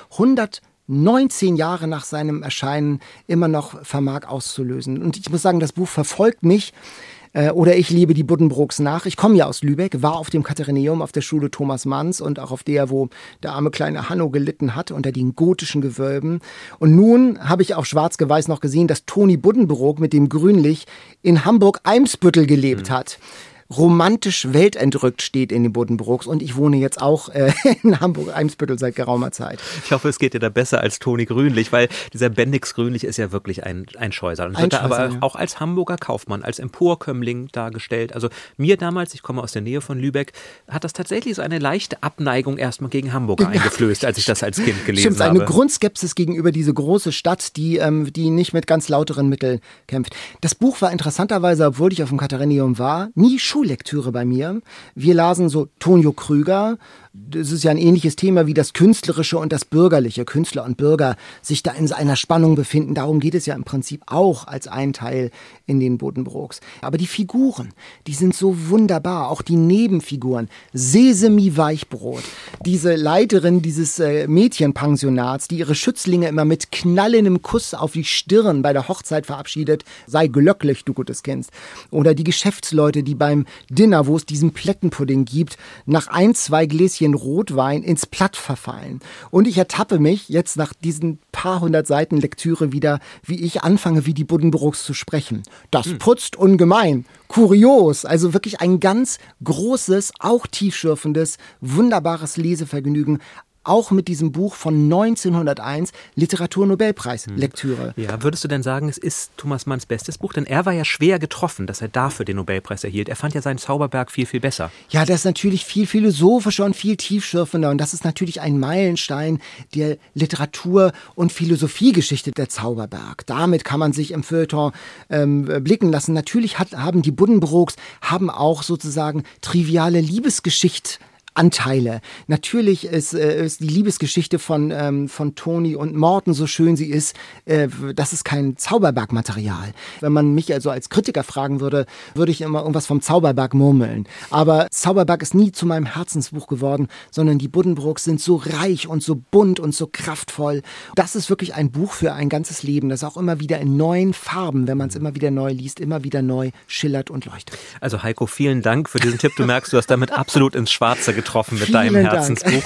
119 Jahre nach seinem Erscheinen immer noch vermag auszulösen. Und ich muss sagen, das Buch verfolgt mich, oder ich liebe die Buddenbrooks nach. Ich komme ja aus Lübeck, war auf dem Katharineum auf der Schule Thomas Manns und auch auf der, wo der arme kleine Hanno gelitten hat, unter den gotischen Gewölben. Und nun habe ich auf Schwarz-Weiß noch gesehen, dass Toni Buddenbrook mit dem Grünlich in Hamburg-Eimsbüttel gelebt hat. Romantisch weltentrückt steht in den Buddenbrooks und ich wohne jetzt auch in Hamburg-Eimsbüttel seit geraumer Zeit. Ich hoffe, es geht dir da besser als Toni Grünlich, weil dieser Bendix Grünlich ist ja wirklich ein Scheusal. Und wird da aber auch als Hamburger Kaufmann, als Emporkömmling dargestellt. Also mir damals, ich komme aus der Nähe von Lübeck, hat das tatsächlich so eine leichte Abneigung erstmal gegen Hamburger eingeflößt, als ich das als Kind gelesen habe. Eine Grundskepsis gegenüber diese große Stadt, die nicht mit ganz lauteren Mitteln kämpft. Das Buch war interessanterweise, obwohl ich auf dem Katharineum war, nie Schullektüre bei mir. Wir lasen so Tonio Krüger. Das ist ja ein ähnliches Thema wie das Künstlerische und das Bürgerliche. Künstler und Bürger sich da in einer Spannung befinden. Darum geht es ja im Prinzip auch als ein Teil in den Buddenbrooks. Aber die Figuren, die sind so wunderbar. Auch die Nebenfiguren. Sesemi Weichbrot. Diese Leiterin dieses Mädchenpensionats, die ihre Schützlinge immer mit knallendem Kuss auf die Stirn bei der Hochzeit verabschiedet. Sei glücklich, du gutes Kind. Oder die Geschäftsleute, die beim Dinner, wo es diesen Plettenpudding gibt, nach 1-2 Gläschen Rotwein ins Platt verfallen. Und ich ertappe mich jetzt nach diesen paar hundert Seiten Lektüre wieder, wie ich anfange, wie die Buddenbrooks zu sprechen. Das putzt ungemein. Kurios. Also wirklich ein ganz großes, auch tiefschürfendes, wunderbares Lesevergnügen. Auch mit diesem Buch von 1901, Literaturnobelpreis-Lektüre. Ja, würdest du denn sagen, es ist Thomas Manns bestes Buch? Denn er war ja schwer getroffen, dass er dafür den Nobelpreis erhielt. Er fand ja seinen Zauberberg viel, viel besser. Ja, das ist natürlich viel philosophischer und viel tiefschürfender. Und das ist natürlich ein Meilenstein der Literatur- und Philosophiegeschichte, der Zauberberg. Damit kann man sich im Feuilleton blicken lassen. Natürlich haben die Buddenbrooks auch sozusagen triviale Liebesgeschichte Anteile. Natürlich ist die Liebesgeschichte von Toni und Morten, so schön sie ist, das ist kein Zauberberg-Material. Wenn man mich also als Kritiker fragen würde, würde ich immer irgendwas vom Zauberberg murmeln. Aber Zauberberg ist nie zu meinem Herzensbuch geworden, sondern die Buddenbrooks sind so reich und so bunt und so kraftvoll. Das ist wirklich ein Buch für ein ganzes Leben, das auch immer wieder in neuen Farben, wenn man es immer wieder neu liest, immer wieder neu schillert und leuchtet. Also Heiko, vielen Dank für diesen Tipp. Du merkst, du hast damit absolut ins Schwarze getroffen mit deinem Herzensbuch.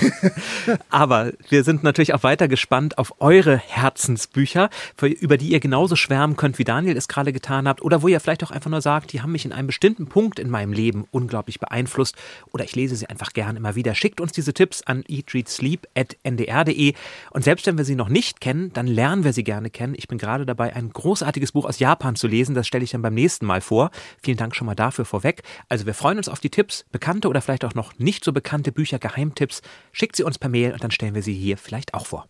Aber wir sind natürlich auch weiter gespannt auf eure Herzensbücher, über die ihr genauso schwärmen könnt, wie Daniel es gerade getan habt, oder wo ihr vielleicht auch einfach nur sagt, die haben mich in einem bestimmten Punkt in meinem Leben unglaublich beeinflusst, oder ich lese sie einfach gern immer wieder. Schickt uns diese Tipps an eatreadsleep@ndr.de und selbst wenn wir sie noch nicht kennen, dann lernen wir sie gerne kennen. Ich bin gerade dabei, ein großartiges Buch aus Japan zu lesen, das stelle ich dann beim nächsten Mal vor. Vielen Dank schon mal dafür vorweg. Also wir freuen uns auf die Tipps, bekannte oder vielleicht auch noch nicht so bekannte Bücher, Geheimtipps. Schickt sie uns per Mail und dann stellen wir sie hier vielleicht auch vor.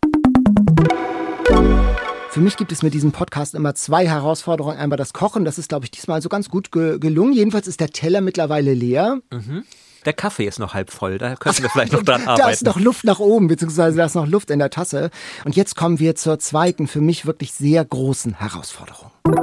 Für mich gibt es mit diesem Podcast immer 2 Herausforderungen. Einmal das Kochen, das ist, glaube ich, diesmal so ganz gut gelungen. Jedenfalls ist der Teller mittlerweile leer. Der Kaffee ist noch halb voll, da könnten wir vielleicht noch dran arbeiten. Da ist noch Luft nach oben, beziehungsweise da ist noch Luft in der Tasse. Und jetzt kommen wir zur zweiten, für mich wirklich sehr großen Herausforderung.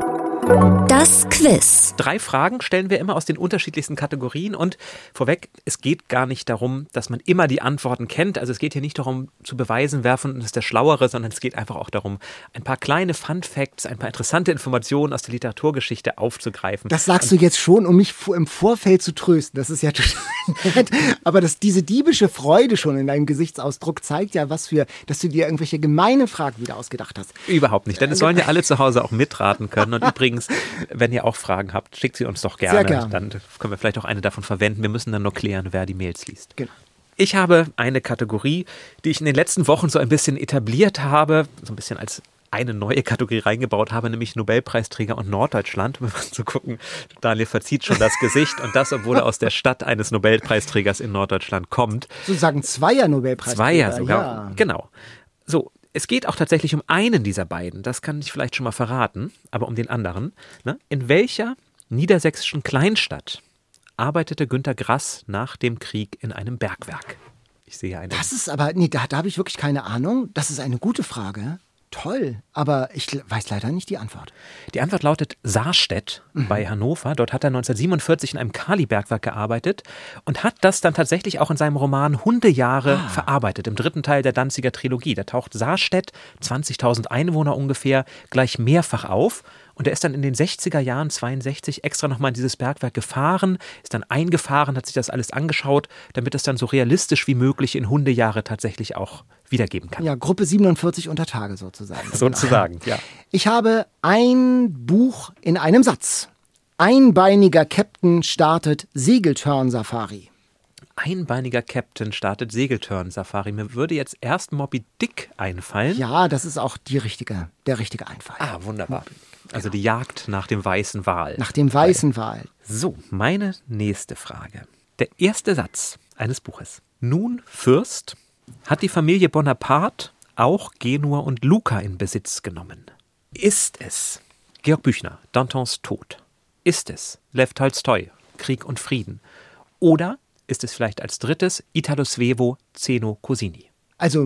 Das Quiz. 3 Fragen stellen wir immer aus den unterschiedlichsten Kategorien und vorweg, es geht gar nicht darum, dass man immer die Antworten kennt. Also es geht hier nicht darum, zu beweisen, wer von uns ist der Schlauere, sondern es geht einfach auch darum, ein paar kleine Fun-Facts, ein paar interessante Informationen aus der Literaturgeschichte aufzugreifen. Das sagst du jetzt schon, um mich im Vorfeld zu trösten. Das ist ja total nett. Aber diese diebische Freude schon in deinem Gesichtsausdruck zeigt ja, dass du dir irgendwelche gemeinen Fragen wieder ausgedacht hast. Überhaupt nicht, denn es sollen ja alle zu Hause auch mitraten können. Und übrigens, wenn ihr auch Fragen habt, schickt sie uns doch gerne. Sehr gerne. Dann können wir vielleicht auch eine davon verwenden. Wir müssen dann nur klären, wer die Mails liest. Genau. Ich habe eine Kategorie, die ich in den letzten Wochen so ein bisschen etabliert habe, so ein bisschen als eine neue Kategorie reingebaut habe, nämlich Nobelpreisträger und Norddeutschland. Um mal zu gucken, Daniel verzieht schon das Gesicht und das, obwohl er aus der Stadt eines Nobelpreisträgers in Norddeutschland kommt. Sozusagen zweier Nobelpreisträger. Zweier sogar, ja. Genau. So, es geht auch tatsächlich um einen dieser beiden, das kann ich vielleicht schon mal verraten, aber um den anderen. Ne? In welcher niedersächsischen Kleinstadt arbeitete Günter Grass nach dem Krieg in einem Bergwerk? Ich sehe eine. Das ist aber, nee, da habe ich wirklich keine Ahnung. Das ist eine gute Frage. Toll, aber ich weiß leider nicht die Antwort. Die Antwort lautet Sarstedt bei Hannover. Dort hat er 1947 in einem Kalibergwerk gearbeitet und hat das dann tatsächlich auch in seinem Roman Hundejahre verarbeitet, im 3. Teil der Danziger Trilogie. Da taucht Sarstedt, 20.000 Einwohner ungefähr, gleich mehrfach auf. Und er ist dann in den 60er Jahren, 62, extra nochmal in dieses Bergwerk gefahren, ist dann eingefahren, hat sich das alles angeschaut, damit es dann so realistisch wie möglich in Hundejahre tatsächlich auch wiedergeben kann. Ja, Gruppe 47 unter Tage sozusagen. Sozusagen, ja. Ich habe ein Buch in einem Satz. Einbeiniger Captain startet Segeltörn-Safari. Einbeiniger Captain startet Segeltörn-Safari. Mir würde jetzt erst Moby Dick einfallen. Ja, das ist auch der richtige Einfall. Ah, wunderbar. Also die Jagd nach dem weißen Wal. Nach dem weißen Wal. So, meine nächste Frage. Der erste Satz eines Buches. Nun, Fürst, hat die Familie Bonaparte auch Genua und Lucca in Besitz genommen. Ist es Georg Büchner, Dantons Tod? Ist es Lew Tolstoi, Krieg und Frieden? Oder ist es vielleicht als drittes Italo Svevo, Zeno Cosini? Also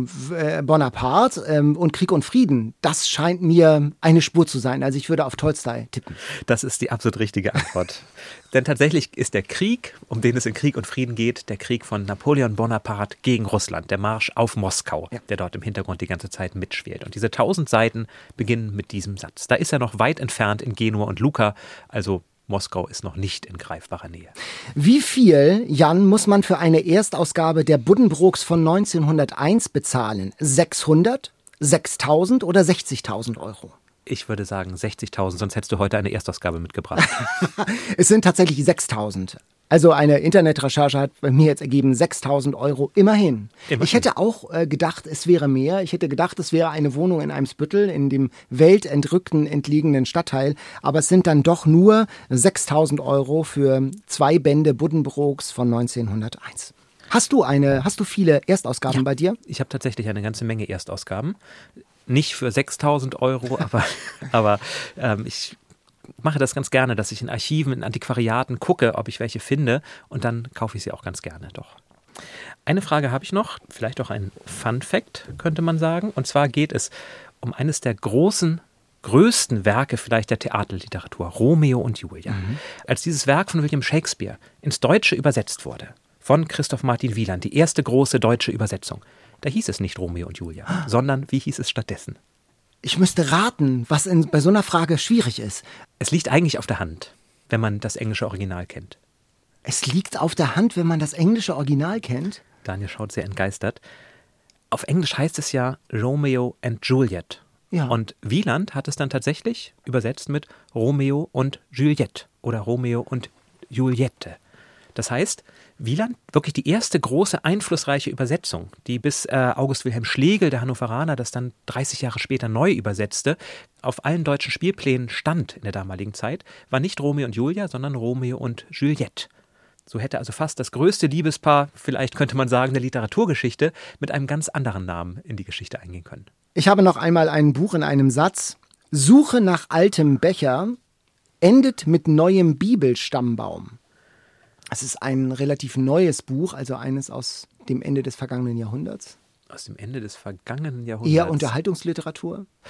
Bonaparte und Krieg und Frieden, das scheint mir eine Spur zu sein. Also ich würde auf Tolstoi tippen. Das ist die absolut richtige Antwort. Denn tatsächlich ist der Krieg, um den es in Krieg und Frieden geht, der Krieg von Napoleon Bonaparte gegen Russland, der Marsch auf Moskau, der dort im Hintergrund die ganze Zeit mitschwelt. Und diese 1000 Seiten beginnen mit diesem Satz. Da ist er noch weit entfernt in Genua und Lucca, also Moskau ist noch nicht in greifbarer Nähe. Wie viel, Jan, muss man für eine Erstausgabe der Buddenbrooks von 1901 bezahlen? 600, 6.000 oder 60.000 Euro? Ich würde sagen 60.000, sonst hättest du heute eine Erstausgabe mitgebracht. Es sind tatsächlich 6.000. Also eine Internetrecherche hat bei mir jetzt ergeben 6.000 Euro immerhin. Ich hätte auch gedacht, es wäre mehr. Ich hätte gedacht, es wäre eine Wohnung in Eimsbüttel, in dem weltentrückten, entlegenen Stadtteil. Aber es sind dann doch nur 6.000 Euro für 2 Bände Buddenbrooks von 1901. Hast du viele Erstausgaben bei dir? Ich habe tatsächlich eine ganze Menge Erstausgaben. Nicht für 6.000 Euro, aber ich mache das ganz gerne, dass ich in Archiven, in Antiquariaten gucke, ob ich welche finde und dann kaufe ich sie auch ganz gerne, doch. Eine Frage habe ich noch, vielleicht auch ein Fun-Fact, könnte man sagen. Und zwar geht es um eines der größten Werke vielleicht der Theaterliteratur, Romeo und Julia. Als dieses Werk von William Shakespeare ins Deutsche übersetzt wurde, von Christoph Martin Wieland, die erste große deutsche Übersetzung, da hieß es nicht Romeo und Julia, sondern wie hieß es stattdessen? Ich müsste raten, was bei so einer Frage schwierig ist. Es liegt eigentlich auf der Hand, wenn man das englische Original kennt. Es liegt auf der Hand, wenn man das englische Original kennt? Daniel schaut sehr entgeistert. Auf Englisch heißt es ja Romeo and Juliet. Ja. Und Wieland hat es dann tatsächlich übersetzt mit Romeo und Juliette oder Romeo und Juliette. Das heißt, Wieland, wirklich die erste große, einflussreiche Übersetzung, die bis August Wilhelm Schlegel, der Hannoveraner, das dann 30 Jahre später neu übersetzte, auf allen deutschen Spielplänen stand in der damaligen Zeit, war nicht Romeo und Julia, sondern Romeo und Juliette. So hätte also fast das größte Liebespaar, vielleicht könnte man sagen, der Literaturgeschichte, mit einem ganz anderen Namen in die Geschichte eingehen können. Ich habe noch einmal ein Buch in einem Satz. Suche nach altem Becher endet mit neuem Bibelstammbaum. Es ist ein relativ neues Buch, also eines aus dem Ende des vergangenen Jahrhunderts. Aus dem Ende des vergangenen Jahrhunderts? Eher Unterhaltungsliteratur.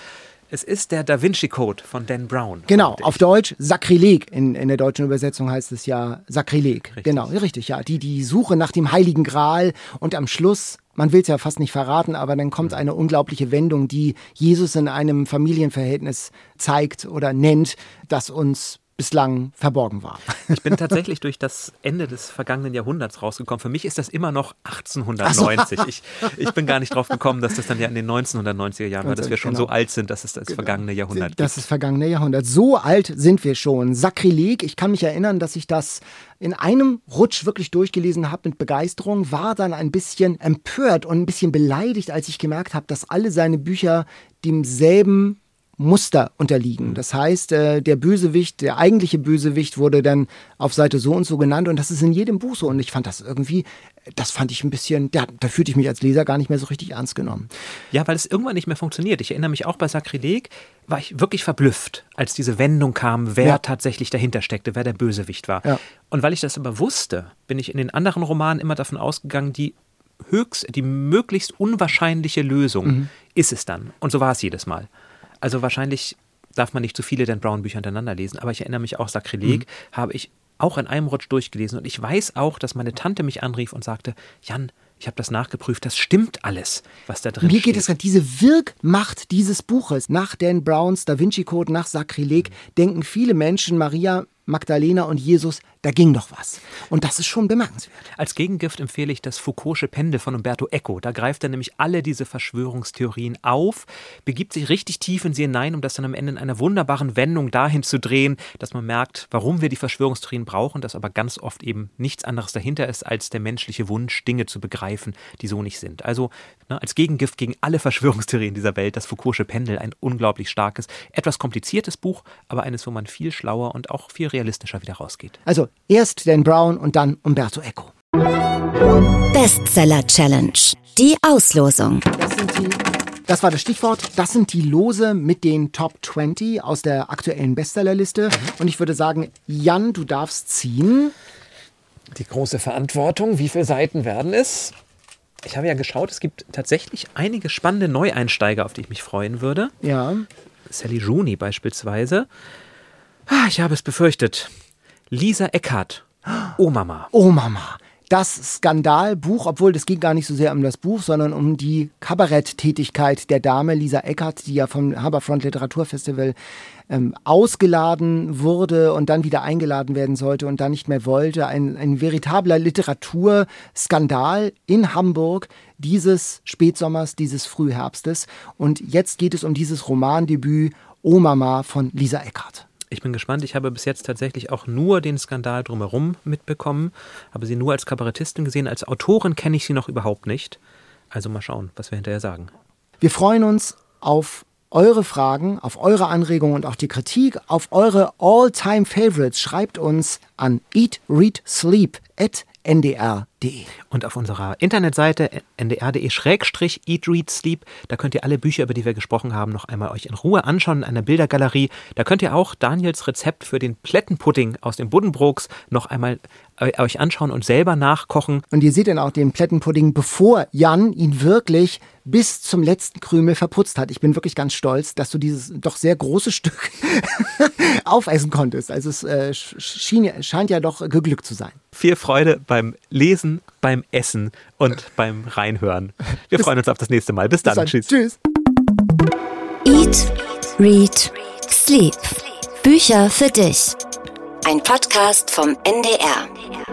Es ist der Da Vinci Code von Dan Brown. Genau, auf Deutsch Sakrileg. In der deutschen Übersetzung heißt es ja Sakrileg. Richtig. Genau, richtig, ja. Die Suche nach dem Heiligen Gral und am Schluss, man will es ja fast nicht verraten, aber dann kommt eine unglaubliche Wendung, die Jesus in einem Familienverhältnis zeigt oder nennt, das uns bislang verborgen war. Ich bin tatsächlich durch das Ende des vergangenen Jahrhunderts rausgekommen. Für mich ist das immer noch 1890. Ich bin gar nicht drauf gekommen, dass das dann ja in den 1990er Jahren war, dass wir schon so alt sind, dass es das vergangene Jahrhundert gibt. Das ist vergangene Jahrhundert. So alt sind wir schon. Sakrileg. Ich kann mich erinnern, dass ich das in einem Rutsch wirklich durchgelesen habe mit Begeisterung, war dann ein bisschen empört und ein bisschen beleidigt, als ich gemerkt habe, dass alle seine Bücher demselben Muster unterliegen. Das heißt, der Bösewicht, der eigentliche Bösewicht wurde dann auf Seite so und so genannt und das ist in jedem Buch so. Und ich fand das irgendwie, das fand ich ein bisschen, da fühlte ich mich als Leser gar nicht mehr so richtig ernst genommen. Ja, weil es irgendwann nicht mehr funktioniert. Ich erinnere mich auch bei Sakrileg, war ich wirklich verblüfft, als diese Wendung kam, wer tatsächlich dahinter steckte, wer der Bösewicht war. Ja. Und weil ich das aber wusste, bin ich in den anderen Romanen immer davon ausgegangen, die möglichst unwahrscheinliche Lösung ist es dann. Und so war es jedes Mal. Also wahrscheinlich darf man nicht zu viele Dan Brown Bücher hintereinander lesen, aber ich erinnere mich auch, Sakrileg habe ich auch in einem Rutsch durchgelesen und ich weiß auch, dass meine Tante mich anrief und sagte, Jan, ich habe das nachgeprüft, das stimmt alles, was da drin steht. Mir geht es gerade, diese Wirkmacht dieses Buches, nach Dan Browns Da Vinci Code, nach Sakrileg, denken viele Menschen, Maria Magdalena und Jesus, da ging doch was. Und das ist schon bemerkenswert. Als Gegengift empfehle ich das Foucault'sche Pendel von Umberto Eco. Da greift er nämlich alle diese Verschwörungstheorien auf, begibt sich richtig tief in sie hinein, um das dann am Ende in einer wunderbaren Wendung dahin zu drehen, dass man merkt, warum wir die Verschwörungstheorien brauchen, dass aber ganz oft eben nichts anderes dahinter ist, als der menschliche Wunsch, Dinge zu begreifen, die so nicht sind. Also als Gegengift gegen alle Verschwörungstheorien dieser Welt, das Foucault'sche Pendel, ein unglaublich starkes, etwas kompliziertes Buch, aber eines, wo man viel schlauer und auch viel realistischer wieder rausgeht. Also erst Dan Brown und dann Umberto Eco. Bestseller Challenge. Die Auslosung. Das war das Stichwort. Das sind die Lose mit den Top 20 aus der aktuellen Bestsellerliste. Und ich würde sagen, Jan, du darfst ziehen. Die große Verantwortung. Wie viele Seiten werden es? Ich habe ja geschaut, es gibt tatsächlich einige spannende Neueinsteiger, auf die ich mich freuen würde. Ja. Sally Rooney beispielsweise. Ich habe es befürchtet. Lisa Eckhardt. Oh Mama. Oh Mama. Das Skandalbuch, obwohl das ging gar nicht so sehr um das Buch, sondern um die Kabaretttätigkeit der Dame Lisa Eckhardt, die ja vom Haberfront Literaturfestival ausgeladen wurde und dann wieder eingeladen werden sollte und dann nicht mehr wollte. Ein veritabler Literaturskandal in Hamburg dieses Spätsommers, dieses Frühherbstes. Und jetzt geht es um dieses Romandebüt Oh Mama von Lisa Eckhardt. Ich bin gespannt. Ich habe bis jetzt tatsächlich auch nur den Skandal drumherum mitbekommen. Habe sie nur als Kabarettistin gesehen. Als Autorin kenne ich sie noch überhaupt nicht. Also mal schauen, was wir hinterher sagen. Wir freuen uns auf eure Fragen, auf eure Anregungen und auch die Kritik, auf eure All-Time-Favorites. Schreibt uns an eatreadsleep@ndr.de. Und auf unserer Internetseite ndr.de/eatreadsleep, da könnt ihr alle Bücher, über die wir gesprochen haben, noch einmal euch in Ruhe anschauen in einer Bildergalerie. Da könnt ihr auch Daniels Rezept für den Plettenpudding aus den Buddenbrooks noch einmal euch anschauen und selber nachkochen. Und ihr seht dann auch den Plettenpudding, bevor Jan ihn wirklich bis zum letzten Krümel verputzt hat. Ich bin wirklich ganz stolz, dass du dieses doch sehr große Stück aufessen konntest. Also es scheint ja doch geglückt zu sein. Viel Freude beim Lesen, beim Essen und beim Reinhören. Wir freuen uns auf das nächste Mal. Bis dann. Tschüss. Tschüss. Eat, Read, Sleep. Bücher für dich. Ein Podcast vom NDR.